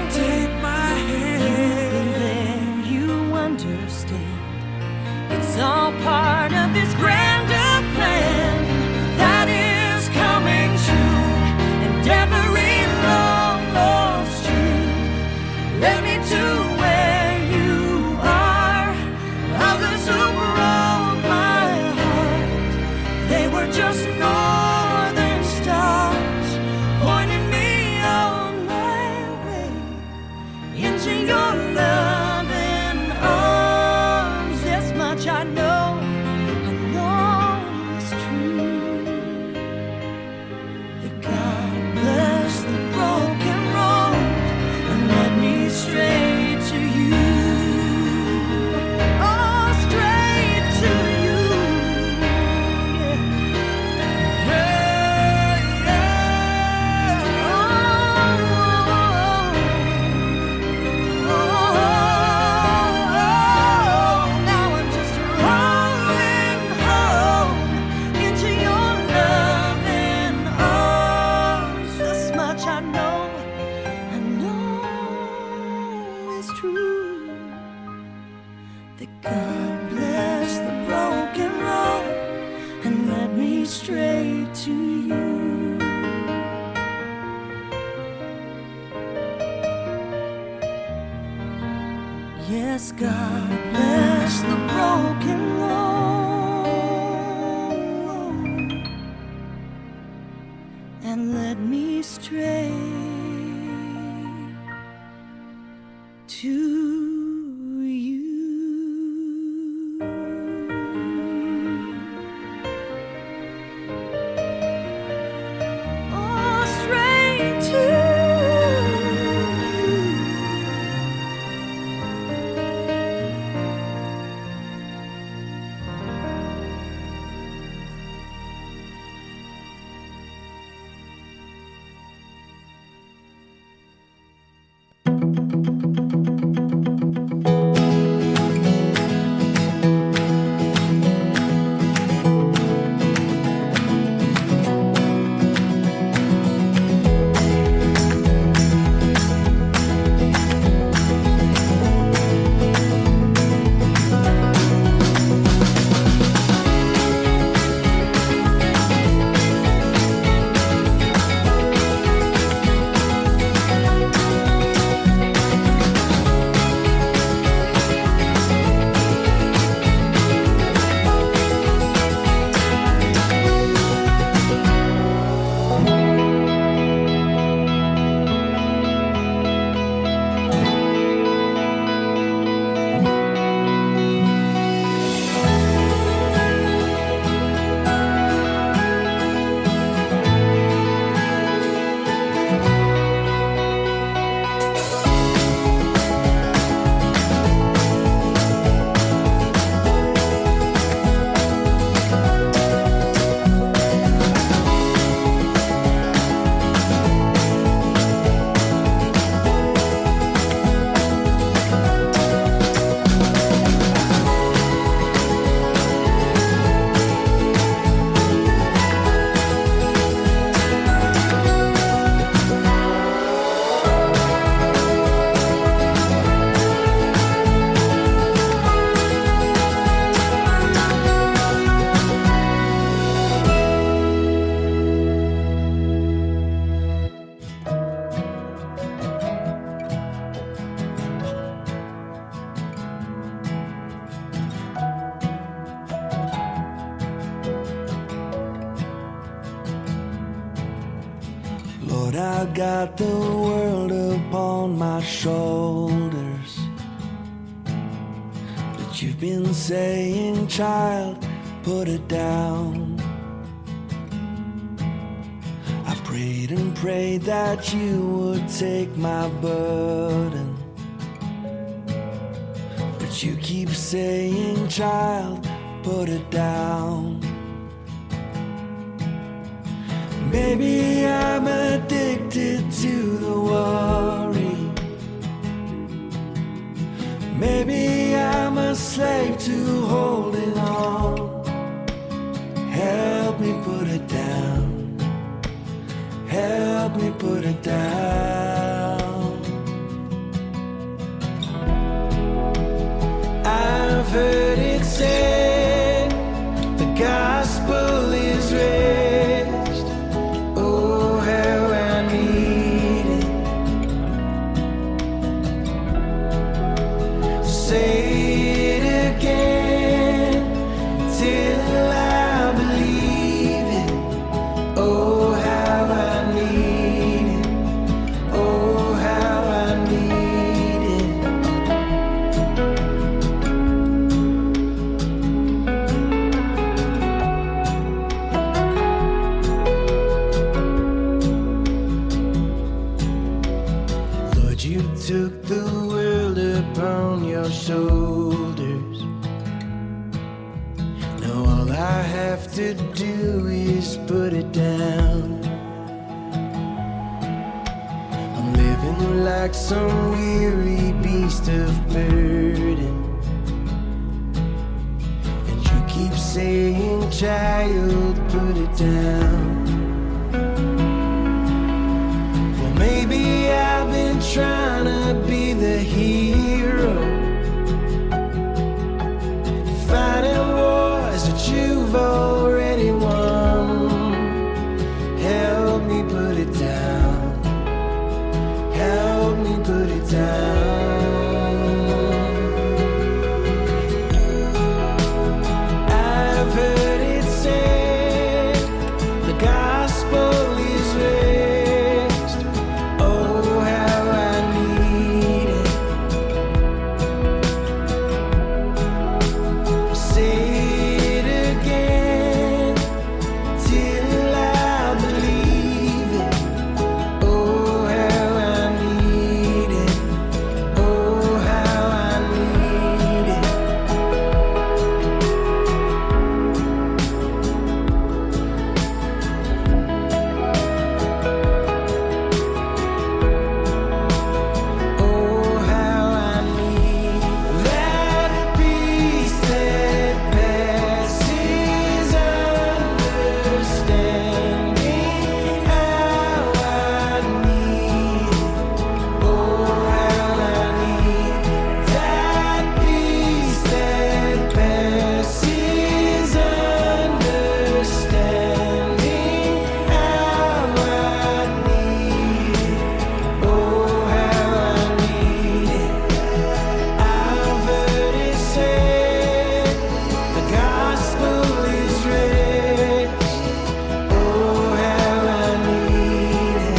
hand. You understand, it's all part of this grander plan that is coming true. And every long lost dream led me to where you are. Others who broke my heart, they were just northern stars, pointing me on my way into your loving arms. This much I know is true, that God bless the broken road and led me straight to you. Oh, straight to you. Yeah, yeah. Now I'm just rolling home into your loving arms. This much I know is true, that God bless the broken road and led me straight to you. Yes, God bless the broken road and led me straight to you. Oh, straight to you. Lord, I got the world upon my shoulders, but you've been saying, child, put it down. I prayed and prayed that you would take my burden, but you keep saying, child, put it down. Maybe I'm addicted to the worry. Maybe I'm a slave to holding on. Help me put it down. Help me put it down. I've heard it said the gospel is rare. Shoulders. Now all I have to do is put it down. I'm living like some weary beast of burden, and you keep saying, child, put it down. Well, maybe I've been trying to be the hero, fighting wars that you've already won. Help me put it down. Help me put it down. I've heard it said the gospel is raised. Oh, how I need it. Say it again till I believe it. Oh, how I need it. Oh, how I need it. Oh, how I need that peace that passes understanding. How I need it. Oh, how I need that peace that passes understanding. How I need it. Oh, how I need it. I've heard it said the gospel is raised. Oh, how I need it.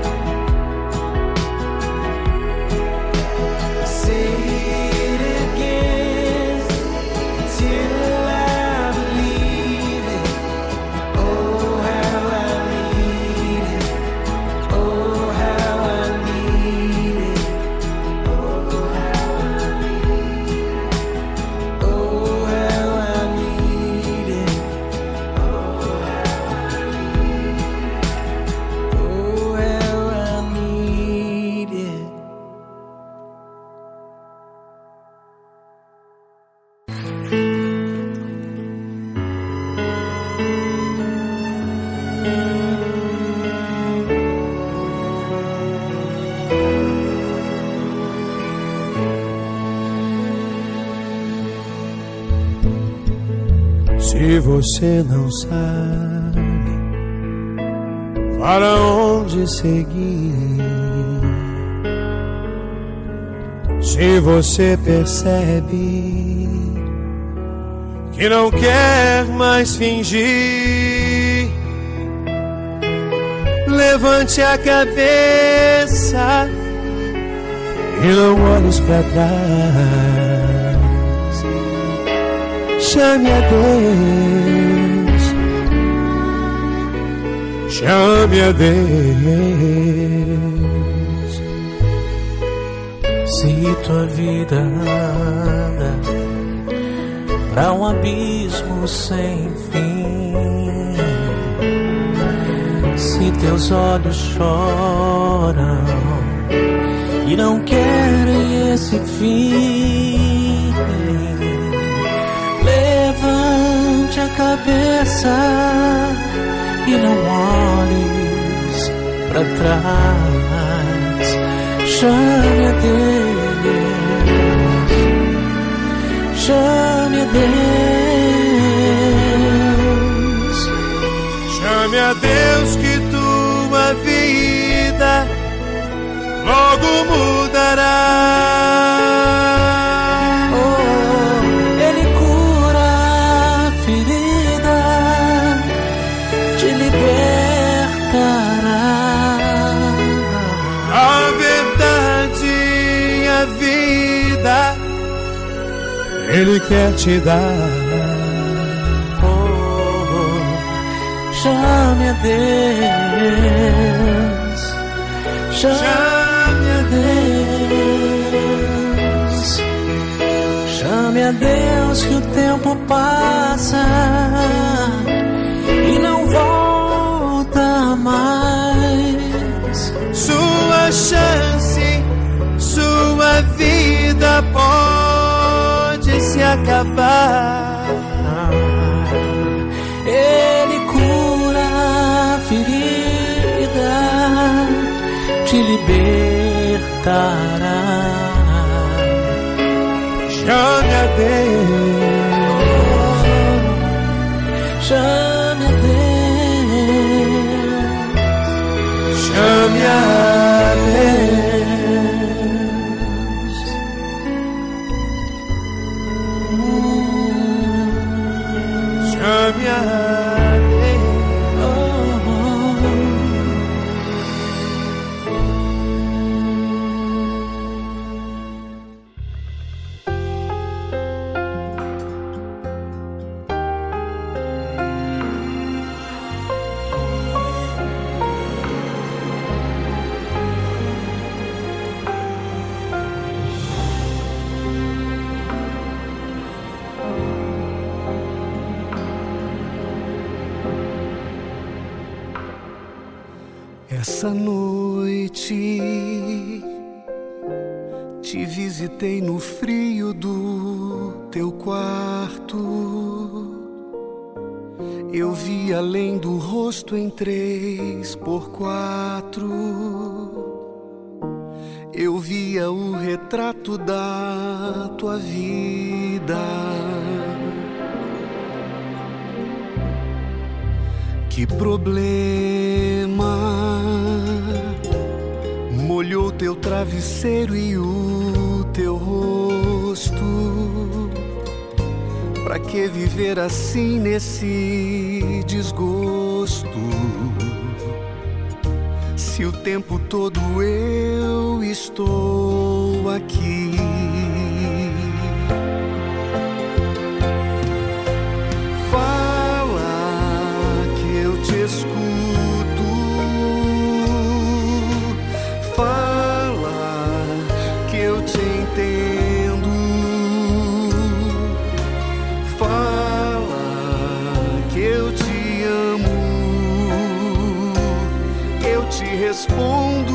Say it again till I believe it. Oh, how I need it. Oh, how I need it. Oh, how I need it. Oh, how I need it. Oh, how I need it. Se você não sabe para onde seguir, se você percebe que não quer mais fingir, levante a cabeça e não olhes para trás. Chame a Deus, chame a Deus. Se tua vida anda pra um abismo sem fim, se teus olhos choram e não querem esse fim, levante a cabeça e não olhes pra trás. Chame a Deus, chame a Deus, chame a Deus que tua vida logo mudará. Oh, Ele cura a ferida, te libertará. A verdade e a vida Ele quer te dar. Oh, chame a Deus, chame a Deus, chame a Deus que o tempo passa e não volta mais. Sua chance, sua vida pode se acabar. Ele cura a ferida, te libertará. Chame a Deus, chame a Deus, chame a Deus, chame a Essa noite te visitei no frio do teu quarto. Eu vi além do rosto em 3x4. Eu via o retrato da tua vida. Que problema molhou teu travesseiro e o teu rosto? Pra que viver assim nesse desgosto? Se o tempo todo eu estou aqui. Escuto, fala que eu te entendo, fala que eu te amo, eu te respondo.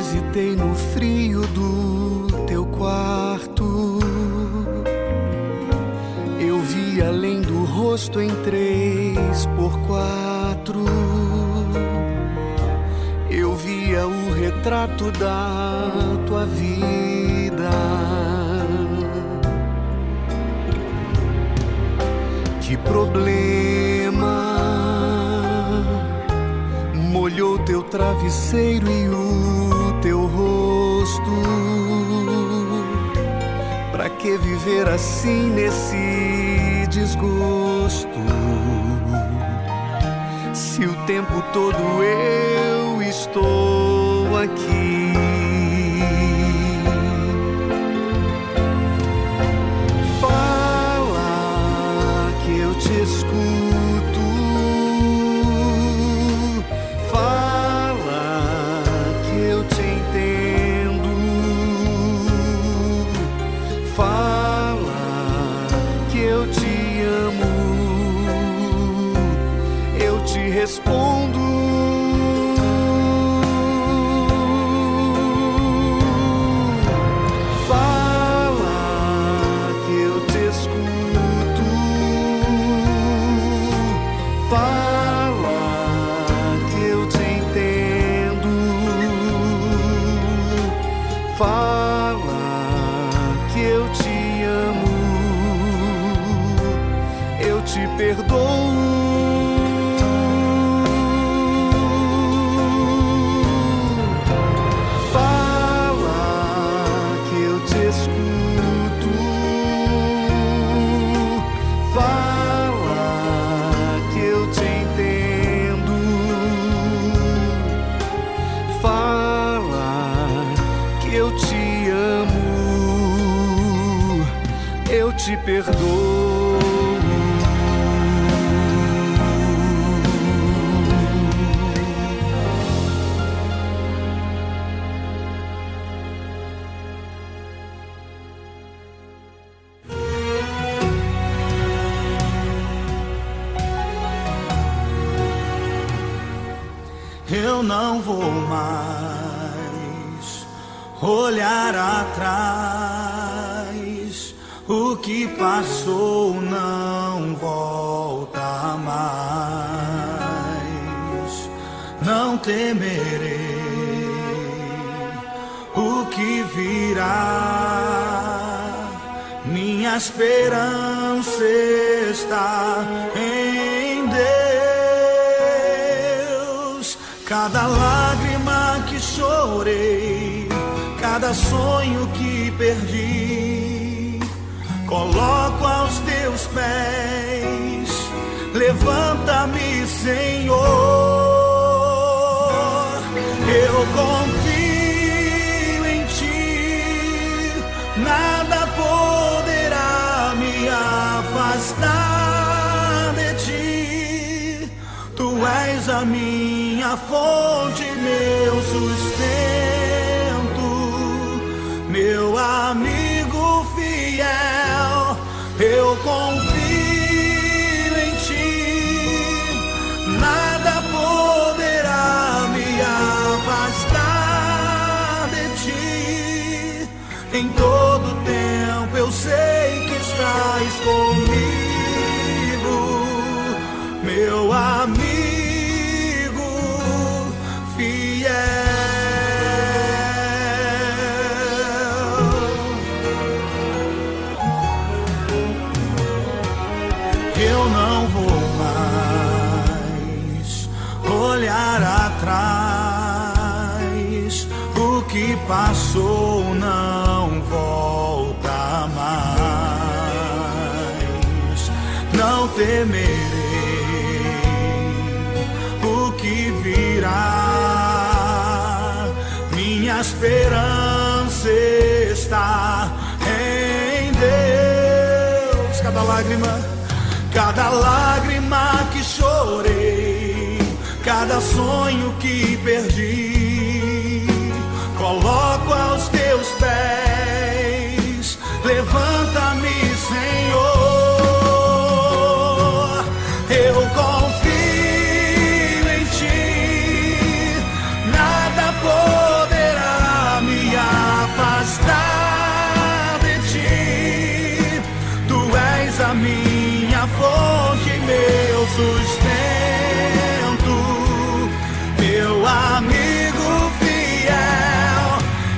visitei no frio do teu quarto. Eu vi além do rosto em 3x4. Eu via o retrato da tua vida. Que problema molhou teu travesseiro e o teu rosto? Pra que viver assim nesse desgosto? Se o tempo todo eu estou aqui. Fala que eu te escuto. Respondo. Fala que eu te escuto. Fala que eu te entendo. Fala que eu te amo. Eu te perdoo. Te perdoo. Eu não vou mais olhar atrás. O que passou não volta mais. Não temerei o que virá. Minha esperança está em Deus. Cada lágrima que chorei, cada sonho que perdi, coloco aos teus pés. Levanta-me, Senhor. Eu confio em ti. Nada poderá me afastar de ti. Tu és a minha fonte, meu sustento, meu amigo fiel. Eu confio em ti, nada poderá me afastar de ti. Em todo tempo eu sei que estás comigo, meu amigo fiel. Eu não vou mais olhar atrás. O que passou não volta mais. Não temerei o que virá. Minha esperança está em Deus. Cada lágrima que chorei, cada sonho que perdi, coloco aos teus pés. Levanta-me, Senhor. Eu confio em ti, nada poderá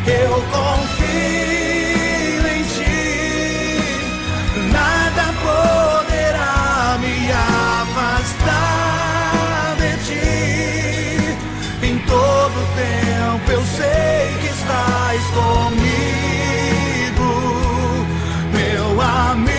Eu confio em ti, nada poderá me afastar de ti. Em todo tempo eu sei que estás comigo, meu amigo.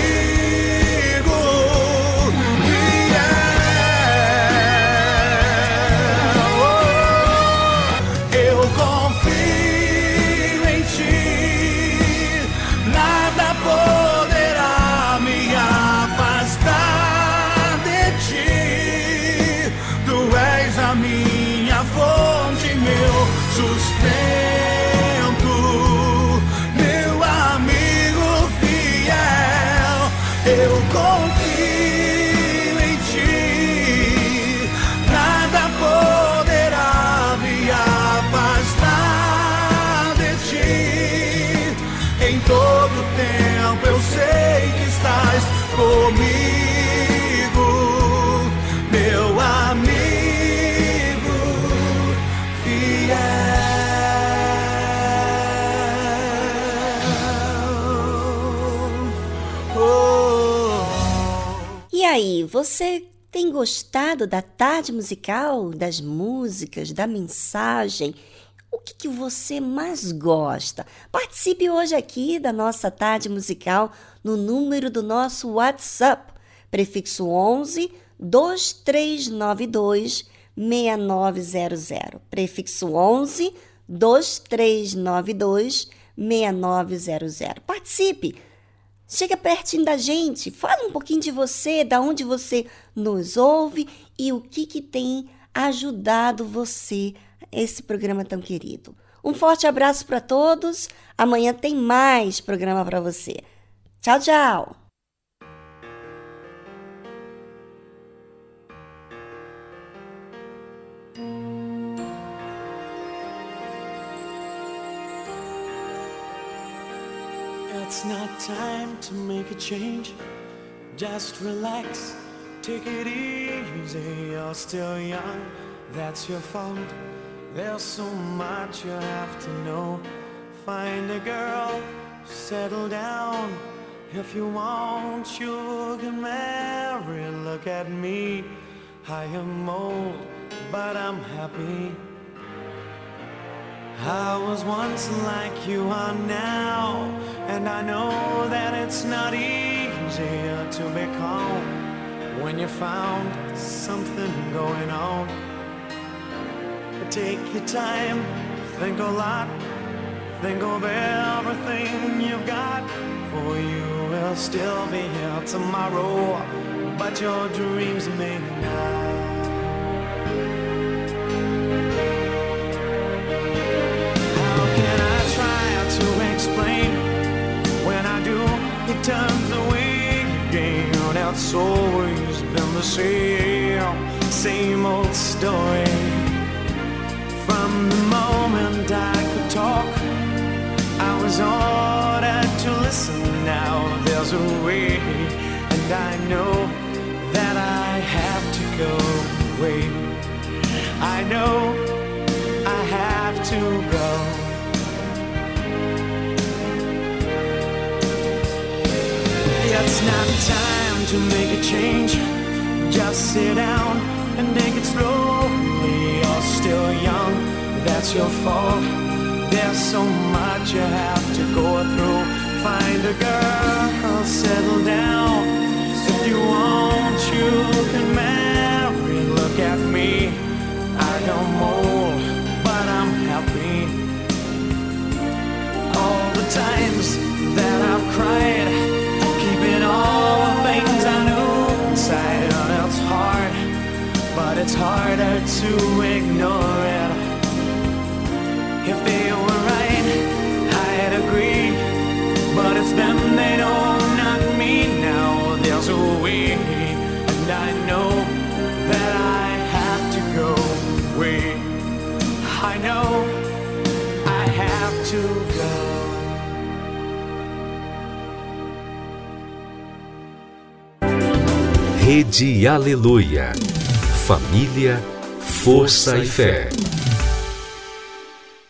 Comigo, meu amigo fiel. E aí, você tem gostado da tarde musical, das músicas, da mensagem? O que você mais gosta? Participe hoje aqui da nossa tarde musical no número do nosso WhatsApp, prefixo 11 2392 6900. Prefixo 11 2392 6900. Participe! Chega pertinho da gente, fala um pouquinho de você, da onde você nos ouve e o que tem ajudado você esse programa tão querido. Um forte abraço para todos. Amanhã tem mais programa para você. Tchau, tchau. It's not time to make a change. Just relax, take it easy. You're still young, that's your fault. There's so much you have to know. Find a girl, settle down. If you want, you can marry. Look at me, I am old, but I'm happy. I was once like you are now, and I know that it's not easier to be calm when you found something going on. Take your time, think a lot, think of everything you've got. For you will still be here tomorrow, but your dreams may not. How can I try to explain? When I do, it turns away again. It's always been the same old story. From the moment I could talk, I was ordered to listen. Now there's a way, and I know that I have to go away. I know I have to go. It's not time to make a change. Just sit down and take it slowly. You're still young, that's your fault. There's so much you have to go through. Find a girl, settle down. If you want, you can marry. Look at me, I am old, but I'm happy. All the times that I've cried, keeping all the things I knew inside. And it's hard, but it's harder to ignore it. If they were right, I'd agree, but it's them they know, not me. Now there's a way, and I know that I have to go away. I know I have to go. Rede Aleluia. Família, força e fé.